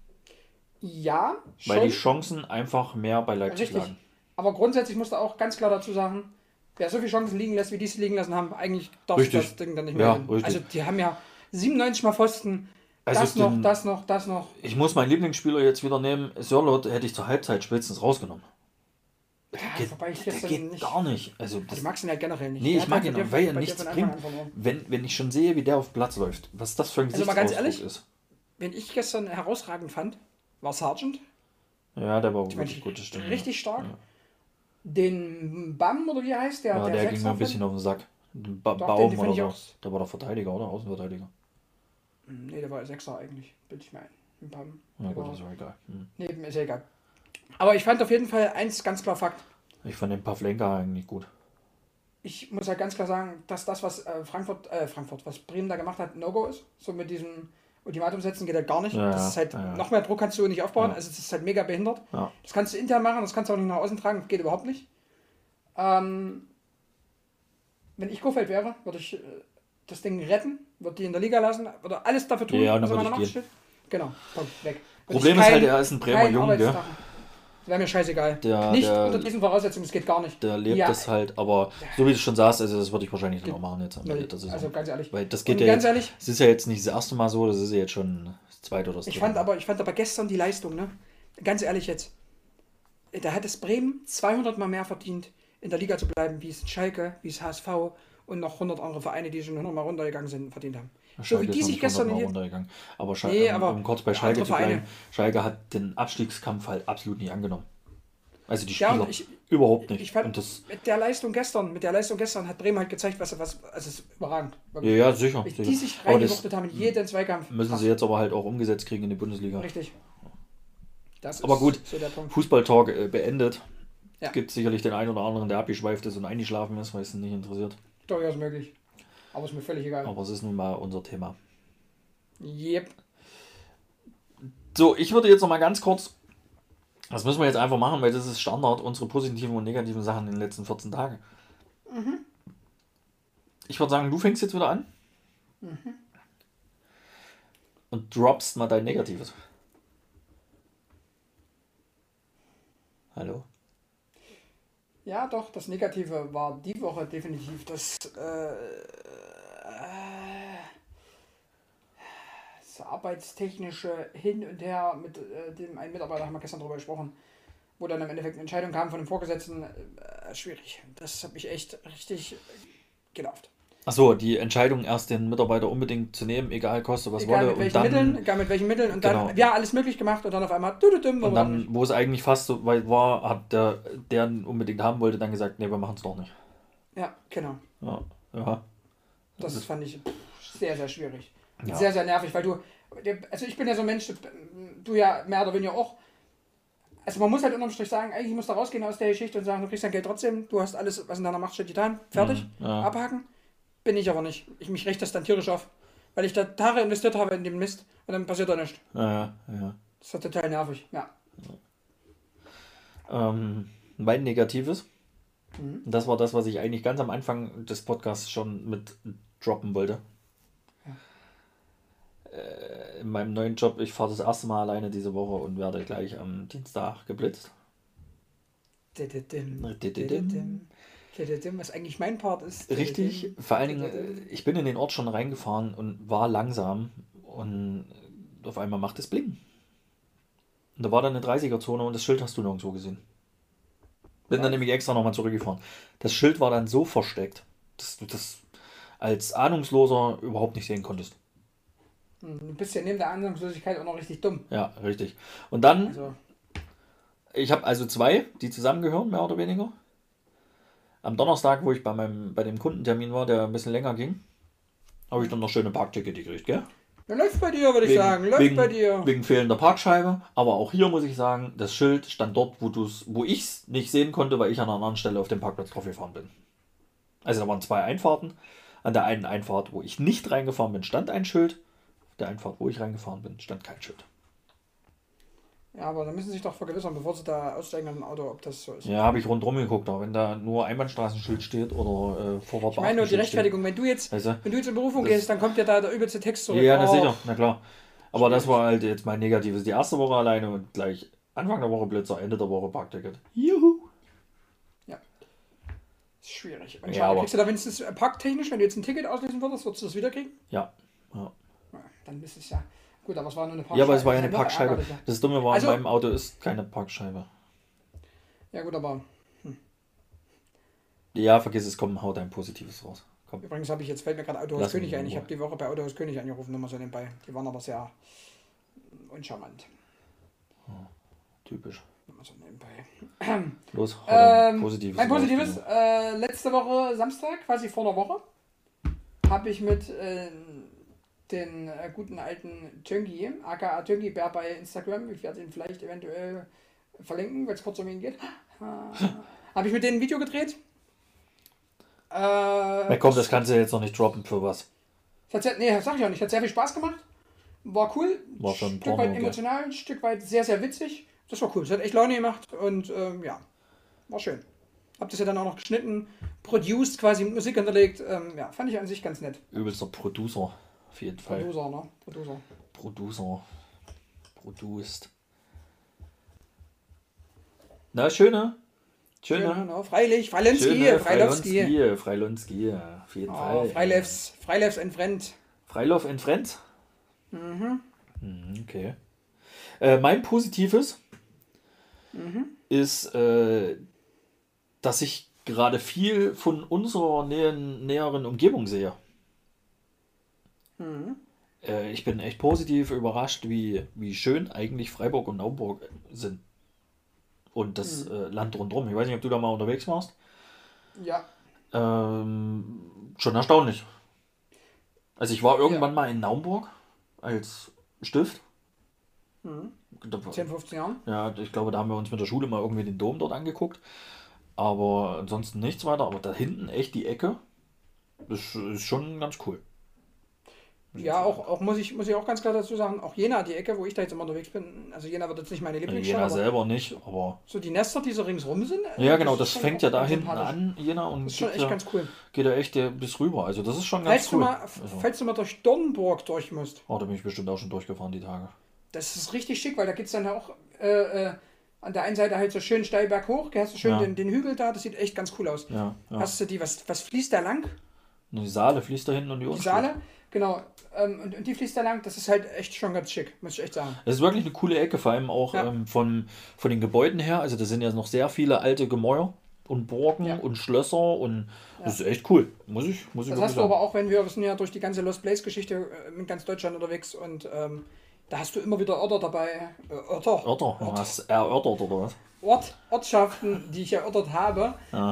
Ja, schon. Weil die Chancen einfach mehr bei Leipzig Richtig. lagen. Aber grundsätzlich musst du auch ganz klar dazu sagen, wer so viele Chancen liegen lässt, wie die es liegen lassen haben, eigentlich darfst du das Ding dann nicht mehr gewinnen. Richtig. Also die haben ja 97 Mal Pfosten, Also das noch. Ich muss meinen Lieblingsspieler jetzt wieder nehmen. Sörlot hätte ich zur Halbzeit spätestens rausgenommen. Ja, wobei ich Der gestern geht nicht. gar nicht. Also Ich mag ihn halt generell nicht. Nee, Der ich hat mag halt ihn bei auch, dir- weil er bei dir nichts von Anfang bringt. an verloren. Wenn ich schon sehe, wie der auf Platz läuft, was das für ein Also mal ganz Gesichtsausdruck ehrlich, ist. Wen ich gestern herausragend fand, war Sargent. Ja, der war Ich wirklich meine, gute Stimme. richtig stark. Ja. Den Bam, oder wie er heißt, Ja, der ging Sechser mir ein bisschen auf den Sack. Doch, Baum den oder find ich so. auch- Der war der Verteidiger, oder? Außenverteidiger. Nee, der war Sechser eigentlich, bitte ich mal. Ein Bam. Ja Der gut, war- das war egal. Nee, ist ja egal. Aber ich fand auf jeden Fall eins ganz klar Fakt. Ich fand den Pavlenka eigentlich gut. Ich muss halt ganz klar sagen, dass das, was was Bremen da gemacht hat, No-Go ist. So mit diesem Ultimatum setzen geht halt gar nicht. Ja, das ist halt, ja. noch mehr Druck kannst du nicht aufbauen. Ja. Also das ist halt mega behindert. Ja. Das kannst du intern machen, das kannst du auch nicht nach außen tragen, geht überhaupt nicht. Wenn ich Kofeld wäre, würde ich das Ding retten, würde die in der Liga lassen, würde alles dafür tun, Ja, und dann was in würde meiner ich Macht steht. Genau, Punkt, weg. Würde Problem ich ist halt, kein- er ist ein Bremer kein Jung, gell? Arbeitstag- Das wäre mir scheißegal. Der- nicht der- unter diesen Voraussetzungen, das geht gar nicht. Der lebt Ja. das halt, aber so wie du schon sagst, also das würde ich wahrscheinlich dann auch machen jetzt am Ende der Saison. Also ganz ehrlich. Weil das geht Und ja ganz jetzt, ehrlich, es ist ja jetzt nicht das erste Mal so, das ist ja jetzt schon das zweite oder das ich dritte Mal. fand aber gestern die Leistung, ne? Ganz ehrlich jetzt. Da hat es Bremen 200 Mal mehr verdient, in der Liga zu bleiben, wie es Schalke, wie es HSV und noch 100 andere Vereine, die schon 100 Mal runtergegangen sind, verdient haben. So Schalke wie die ist noch sich nicht gestern 100 Mal in runtergegangen. Aber, Nee, aber um kurz bei Schalke andere zu bleiben, Vereine. Schalke hat den Abstiegskampf halt absolut nicht angenommen. Also die Ja, Spieler und ich überhaupt nicht. Ich fand, Und das, mit der Leistung gestern hat Bremen halt gezeigt, also es ist überragend. ja, Wirklich. ja, sicher. Wie sicher. die sich Aber das reingewuchtet haben in jeden Zweikampf. müssen Krass. sie jetzt aber halt auch umgesetzt kriegen in die Bundesliga. Richtig. Das Aber ist gut, so der Punkt. Fußballtalk beendet. Ja. Es gibt sicherlich den einen oder anderen, der abgeschweift ist und eingeschlafen ist, weil es ihn nicht interessiert. Durchaus möglich. Aber ist mir völlig egal. Aber es ist nun mal unser Thema. Yep. So, ich würde jetzt noch mal ganz kurz, das müssen wir jetzt einfach machen, weil das ist Standard, unsere positiven und negativen Sachen in den letzten 14 Tagen. Ich würde sagen, du fängst jetzt wieder an und droppst mal dein Negatives. Hallo? Ja, doch, das Negative war die Woche definitiv das arbeitstechnische Hin und Her mit dem einen Mitarbeiter, haben wir gestern darüber gesprochen, wo dann im Endeffekt eine Entscheidung kam von dem Vorgesetzten. Schwierig. Das hat mich echt richtig genervt. Achso, die Entscheidung, erst den Mitarbeiter unbedingt zu nehmen, egal kostet was Egal wolle, mit und welchen dann, Mitteln, egal mit welchen Mitteln und Genau. dann, ja, alles möglich gemacht und dann auf einmal, und dann, wo es eigentlich fast so weit war, hat der ihn unbedingt haben wollte, dann gesagt, nee, wir machen es doch nicht. Ja, genau. Ja, ja. Das fand ich sehr, sehr schwierig. Ja. Sehr, sehr nervig, weil also ich bin ja so ein Mensch, du ja mehr oder weniger auch. Also man muss halt unterm Strich sagen, eigentlich musst du rausgehen aus der Geschichte und sagen, du kriegst dein Geld trotzdem, du hast alles, was in deiner Macht steht, getan, fertig, Ja. abhaken. Bin ich aber nicht. Mich riecht das dann tierisch auf, weil ich da Tage investiert habe in den Mist und dann passiert da nichts. Ja. Das ist total nervig, ja. Mein Negatives, Mhm. das war das, was ich eigentlich ganz am Anfang des Podcasts schon mit droppen wollte. In meinem neuen Job, ich fahre das erste Mal alleine diese Woche und werde gleich am Dienstag geblitzt. Was eigentlich mein Part ist. Richtig, vor allen Dingen, ich bin in den Ort schon reingefahren und war langsam und auf einmal macht es Bling. Und da war dann eine 30er-Zone und das Schild hast du nirgendwo gesehen. Bin dann nämlich extra nochmal zurückgefahren. Das Schild war dann so versteckt, dass du das als Ahnungsloser überhaupt nicht sehen konntest. Du bist ja neben der Ahnungslosigkeit auch noch richtig dumm. Ja, richtig. Und dann, Also, ich habe also zwei, die zusammengehören, mehr oder weniger. Am Donnerstag, wo ich bei dem Kundentermin war, der ein bisschen länger ging, habe ich dann noch schöne Parkticket gekriegt, gell? ja, läuft bei dir, würde ich sagen. Läuft bei dir. Wegen fehlender Parkscheibe. Aber auch hier muss ich sagen, das Schild stand dort, wo ich es nicht sehen konnte, weil ich an einer anderen Stelle auf dem Parkplatz drauf gefahren bin. Also da waren zwei Einfahrten. An der einen Einfahrt, wo ich nicht reingefahren bin, stand ein Schild. Auf der Einfahrt, wo ich reingefahren bin, stand kein Schild. Ja, aber da müssen Sie sich doch vergewissern, bevor Sie da aussteigen aus dem Auto, ob das so ist. Ja, habe ich rundherum geguckt, aber wenn da nur Einbahnstraßenschild steht oder Vorfahrt Ich meine nur die Beachtenschild Rechtfertigung, wenn du jetzt steht, weißt in Berufung das- gehst, dann kommt ja da der übelste Text du? zurück. Ja, na Oh, sicher, na klar. Aber das schwierig. war halt jetzt mein Negatives. Die erste Woche alleine und gleich Anfang der Woche Blitzer, Ende der Woche Parkticket. Juhu! Ist schwierig. Und Ja, schade, aber- kriegst du da wenigstens parktechnisch, wenn du jetzt ein Ticket auslösen würdest, würdest du das wieder kriegen? Ja. Ja, dann ist es ja. Gut, aber es war nur eine Parkscheibe. Ja, aber es war ja eine Das ist noch Parkscheibe. ärgerlicher. Das Dumme war, Also- in meinem Auto ist keine Parkscheibe. Ja, gut, aber Ja, vergiss es, komm, hau dein Positives raus. Komm. übrigens fällt mir gerade Autohaus Lass mich König in ein. Ich Ruhe. habe die Woche bei Autohaus König angerufen, nur mal so nebenbei. Die waren aber sehr uncharmant. Typisch. Nur mal so nebenbei. Los, hau dein Positives Mein raus, Positives, bitte. letzte Woche Samstag, quasi vor einer Woche, habe ich mit den guten alten Töngi, aka Töngi Bär bei Instagram, ich werde ihn vielleicht eventuell verlinken, wenn es kurz um ihn geht, habe ich mit denen ein Video gedreht. Na komm, das kannst du jetzt noch nicht droppen für was. Nee, sag ich auch nicht, hat sehr viel Spaß gemacht, war cool, War schon Stück Porno, weit gell? emotional, ein Stück weit sehr, sehr witzig, das war cool, es hat echt Laune gemacht und ja, war schön. Hab das ja dann auch noch geschnitten, produced, quasi mit Musik hinterlegt. Ja, fand ich an sich ganz nett. Übelster Producer, auf jeden Fall. Producer, ne? Producer. Producer. Produced. Na, schöne. Schöne. Ne? Freilich, Freilinski, Schöne Freilowski. Freilonski, auf jeden Oh, Fall. Freilefs entfremd. Freilauf in Friends? Mhm, okay. Mein Positives ist, dass ich gerade viel von unserer näheren Umgebung sehe. Ich bin echt positiv überrascht, wie schön eigentlich Freiburg und Naumburg sind. Und das Land rundherum. Ich weiß nicht, ob du da mal unterwegs warst. Ja. Schon erstaunlich. Also ich war irgendwann mal in Naumburg als Stift. Da war- 10, 15 Jahren. Ja, ich glaube, da haben wir uns mit der Schule mal irgendwie den Dom dort angeguckt. Aber ansonsten nichts weiter. Aber da hinten echt die Ecke, das ist schon ganz cool. Ja, auch muss ich auch ganz klar dazu sagen, auch Jena, die Ecke, wo ich da jetzt immer unterwegs bin, also Jena wird jetzt nicht meine Lieblingsstadt, Jena aber selber nicht, aber... so die Nester, die so ringsrum sind. Ja, genau, ist das schon fängt auch ja da ganz hinten sympathisch. an, Jena, und Das ist schon geht echt ja, ganz cool. geht ja echt bis rüber. Also das ist schon ganz Falls, cool. du mal, Also, falls du mal durch Dornburg durch musst, da bin ich bestimmt auch schon durchgefahren die Tage. das ist richtig schick, weil da geht es dann auch an der einen Seite halt so schön steil berghoch, hast du schön Ja. den Hügel da, das sieht echt ganz cool aus. Ja, ja. Hast du was fließt da lang? Und die Saale fließt da hinten und die Die Unstrut. Saale, genau. Und die fließt da lang, das ist halt echt schon ganz schick, muss ich echt sagen. Das ist wirklich eine coole Ecke, vor allem auch Ja. von den Gebäuden her. Also da sind ja noch sehr viele alte Gemäuer und Burgen Ja. und Schlösser und das ist echt cool. Muss ich Das wirklich hast du sagen. aber auch, wenn wir sind ja durch die ganze Lost Place Geschichte in ganz Deutschland unterwegs und da hast du immer wieder Orte dabei, Örter, du hast erörtert oder was? Ortschaften, die ich erörtert habe.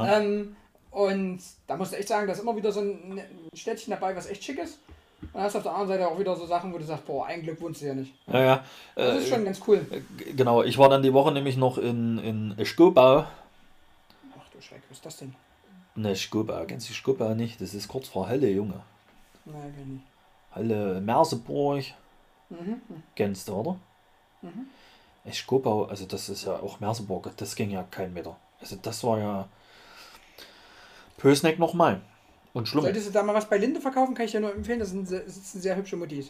Und da musst du echt sagen, da ist immer wieder so ein Städtchen dabei, was echt schick ist. Und dann hast du auf der anderen Seite auch wieder so Sachen, wo du sagst, boah, ein Glück wohnst du ja nicht. Ja, ja. Das ist schon ganz cool. Genau, ich war dann die Woche nämlich noch in Schkobau. Ach du Schreck, was ist das denn? Ne, Schkobau, kennst du Schkobau nicht? Das ist kurz vor Halle, Junge. Nein, kenn ich nicht. Halle, Merseburg. Kennst du, oder? Schkobau, also das ist ja auch Merseburg, das ging ja kein Meter. Also das war ja Pösneck nochmal. Und schlimm. Solltest du da mal was bei Linde verkaufen, kann ich dir nur empfehlen, das sitzen sehr hübsche Muttis.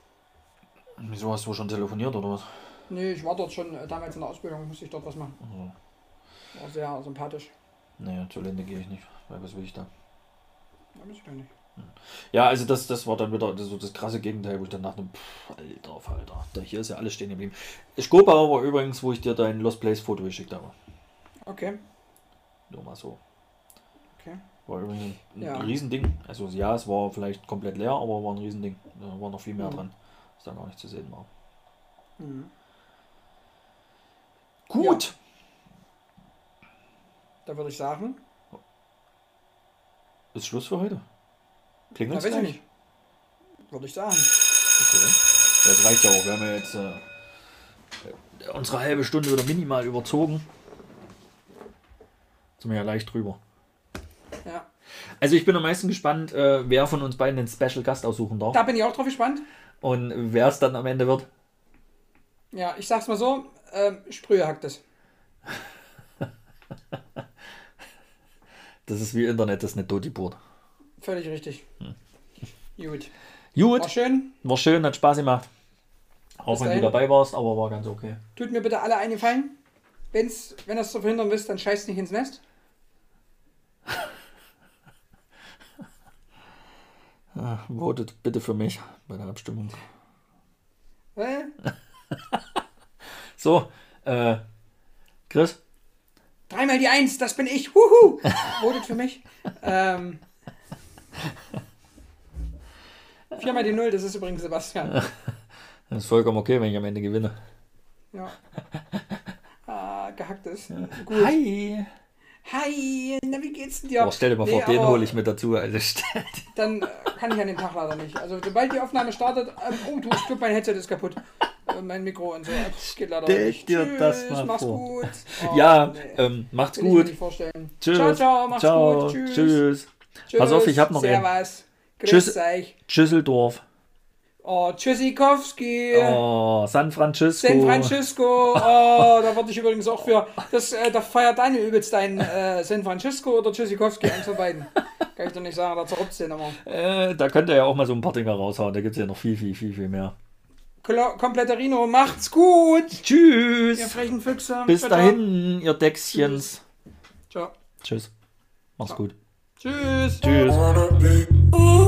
Wieso hast du schon telefoniert oder was? Nee, ich war dort schon damals in der Ausbildung, musste ich dort was machen. War sehr sympathisch. Nee, zur Linde gehe ich nicht, weil was will ich da? Da muss ich gar nicht. Ja, also das war dann wieder so das krasse Gegenteil, wo ich dann dachte, alter Falter, da hier ist ja alles stehen geblieben. Schkobau war übrigens, wo ich dir dein Lost Place Foto geschickt habe. Okay. Nur mal so. Okay. War übrigens ein Ja. Riesending. Also ja, es war vielleicht komplett leer, aber war ein Riesending. Da war noch viel mehr Mhm. dran, was da gar nicht zu sehen war. Mhm. Gut. Da würde ich sagen, Ist Schluss für heute. da Klingelt weiß ich nicht. Würde ich sagen. Okay. Das reicht ja auch. Wir haben ja jetzt unsere halbe Stunde wieder minimal überzogen. Sind wir ja leicht drüber. Ja. Also ich bin am meisten gespannt, wer von uns beiden den Special Gast aussuchen darf. Da bin ich auch drauf gespannt. Und wer es dann am Ende wird. Ja, ich sag's mal so, Sprühe hackt es. Das ist wie Internet, das ist nicht Dotipur. Völlig richtig. Gut. Gut, War schön. war schön, hat Spaß gemacht. Auch Bis wenn dahin. du dabei warst, aber war ganz okay. Tut mir bitte alle einen Gefallen. Wenn ihr es zu verhindern wisst, dann scheißt nicht ins Nest. Votet bitte für mich bei der Abstimmung. So, Chris? Dreimal die 1, das bin ich. Huhu. Votet für mich. 4-mal die 0, das ist übrigens Sebastian. Das ist vollkommen okay, wenn ich am Ende gewinne. Ja. Gehacktes. Gut. Hi! Hi, na, wie geht's denn dir? Oh, stell dir mal vor, den hole ich mit dazu. Also Dann kann ich an dem Tag leider nicht. Also sobald die Aufnahme startet, ich glaube, mein Headset ist kaputt. Mein Mikro und so. Das geht leider nicht. Stell dir Tschüss, das mal mach's vor. gut. Ja, nee. macht's Will ich mir gut. nicht vorstellen. Tschüss. Ciao, ciao, mach's gut. Tschüss. Tschüss. Pass auf, ich hab noch einen. Servus. Tschüss. Grüß euch. Düsseldorf. Oh, Tschüssikowski. Oh, San Francisco. San Francisco. Oh, da wurde ich übrigens auch für. Da feiert Daniel übelst ein San Francisco oder Tschüssikowski, eins von beiden. Kann ich doch nicht sagen, da zerrupft es den aber. Da könnt ihr ja auch mal so ein paar Dinger raushauen. Da gibt es ja noch viel mehr. Kompletterino, macht's gut. Tschüss. Ihr frechen Füchse. Bis Ciao, dahin, ihr Dächschens. Ciao. Tschüss. Mach's gut. Tschüss. Tschüss. Wanna be, ooh.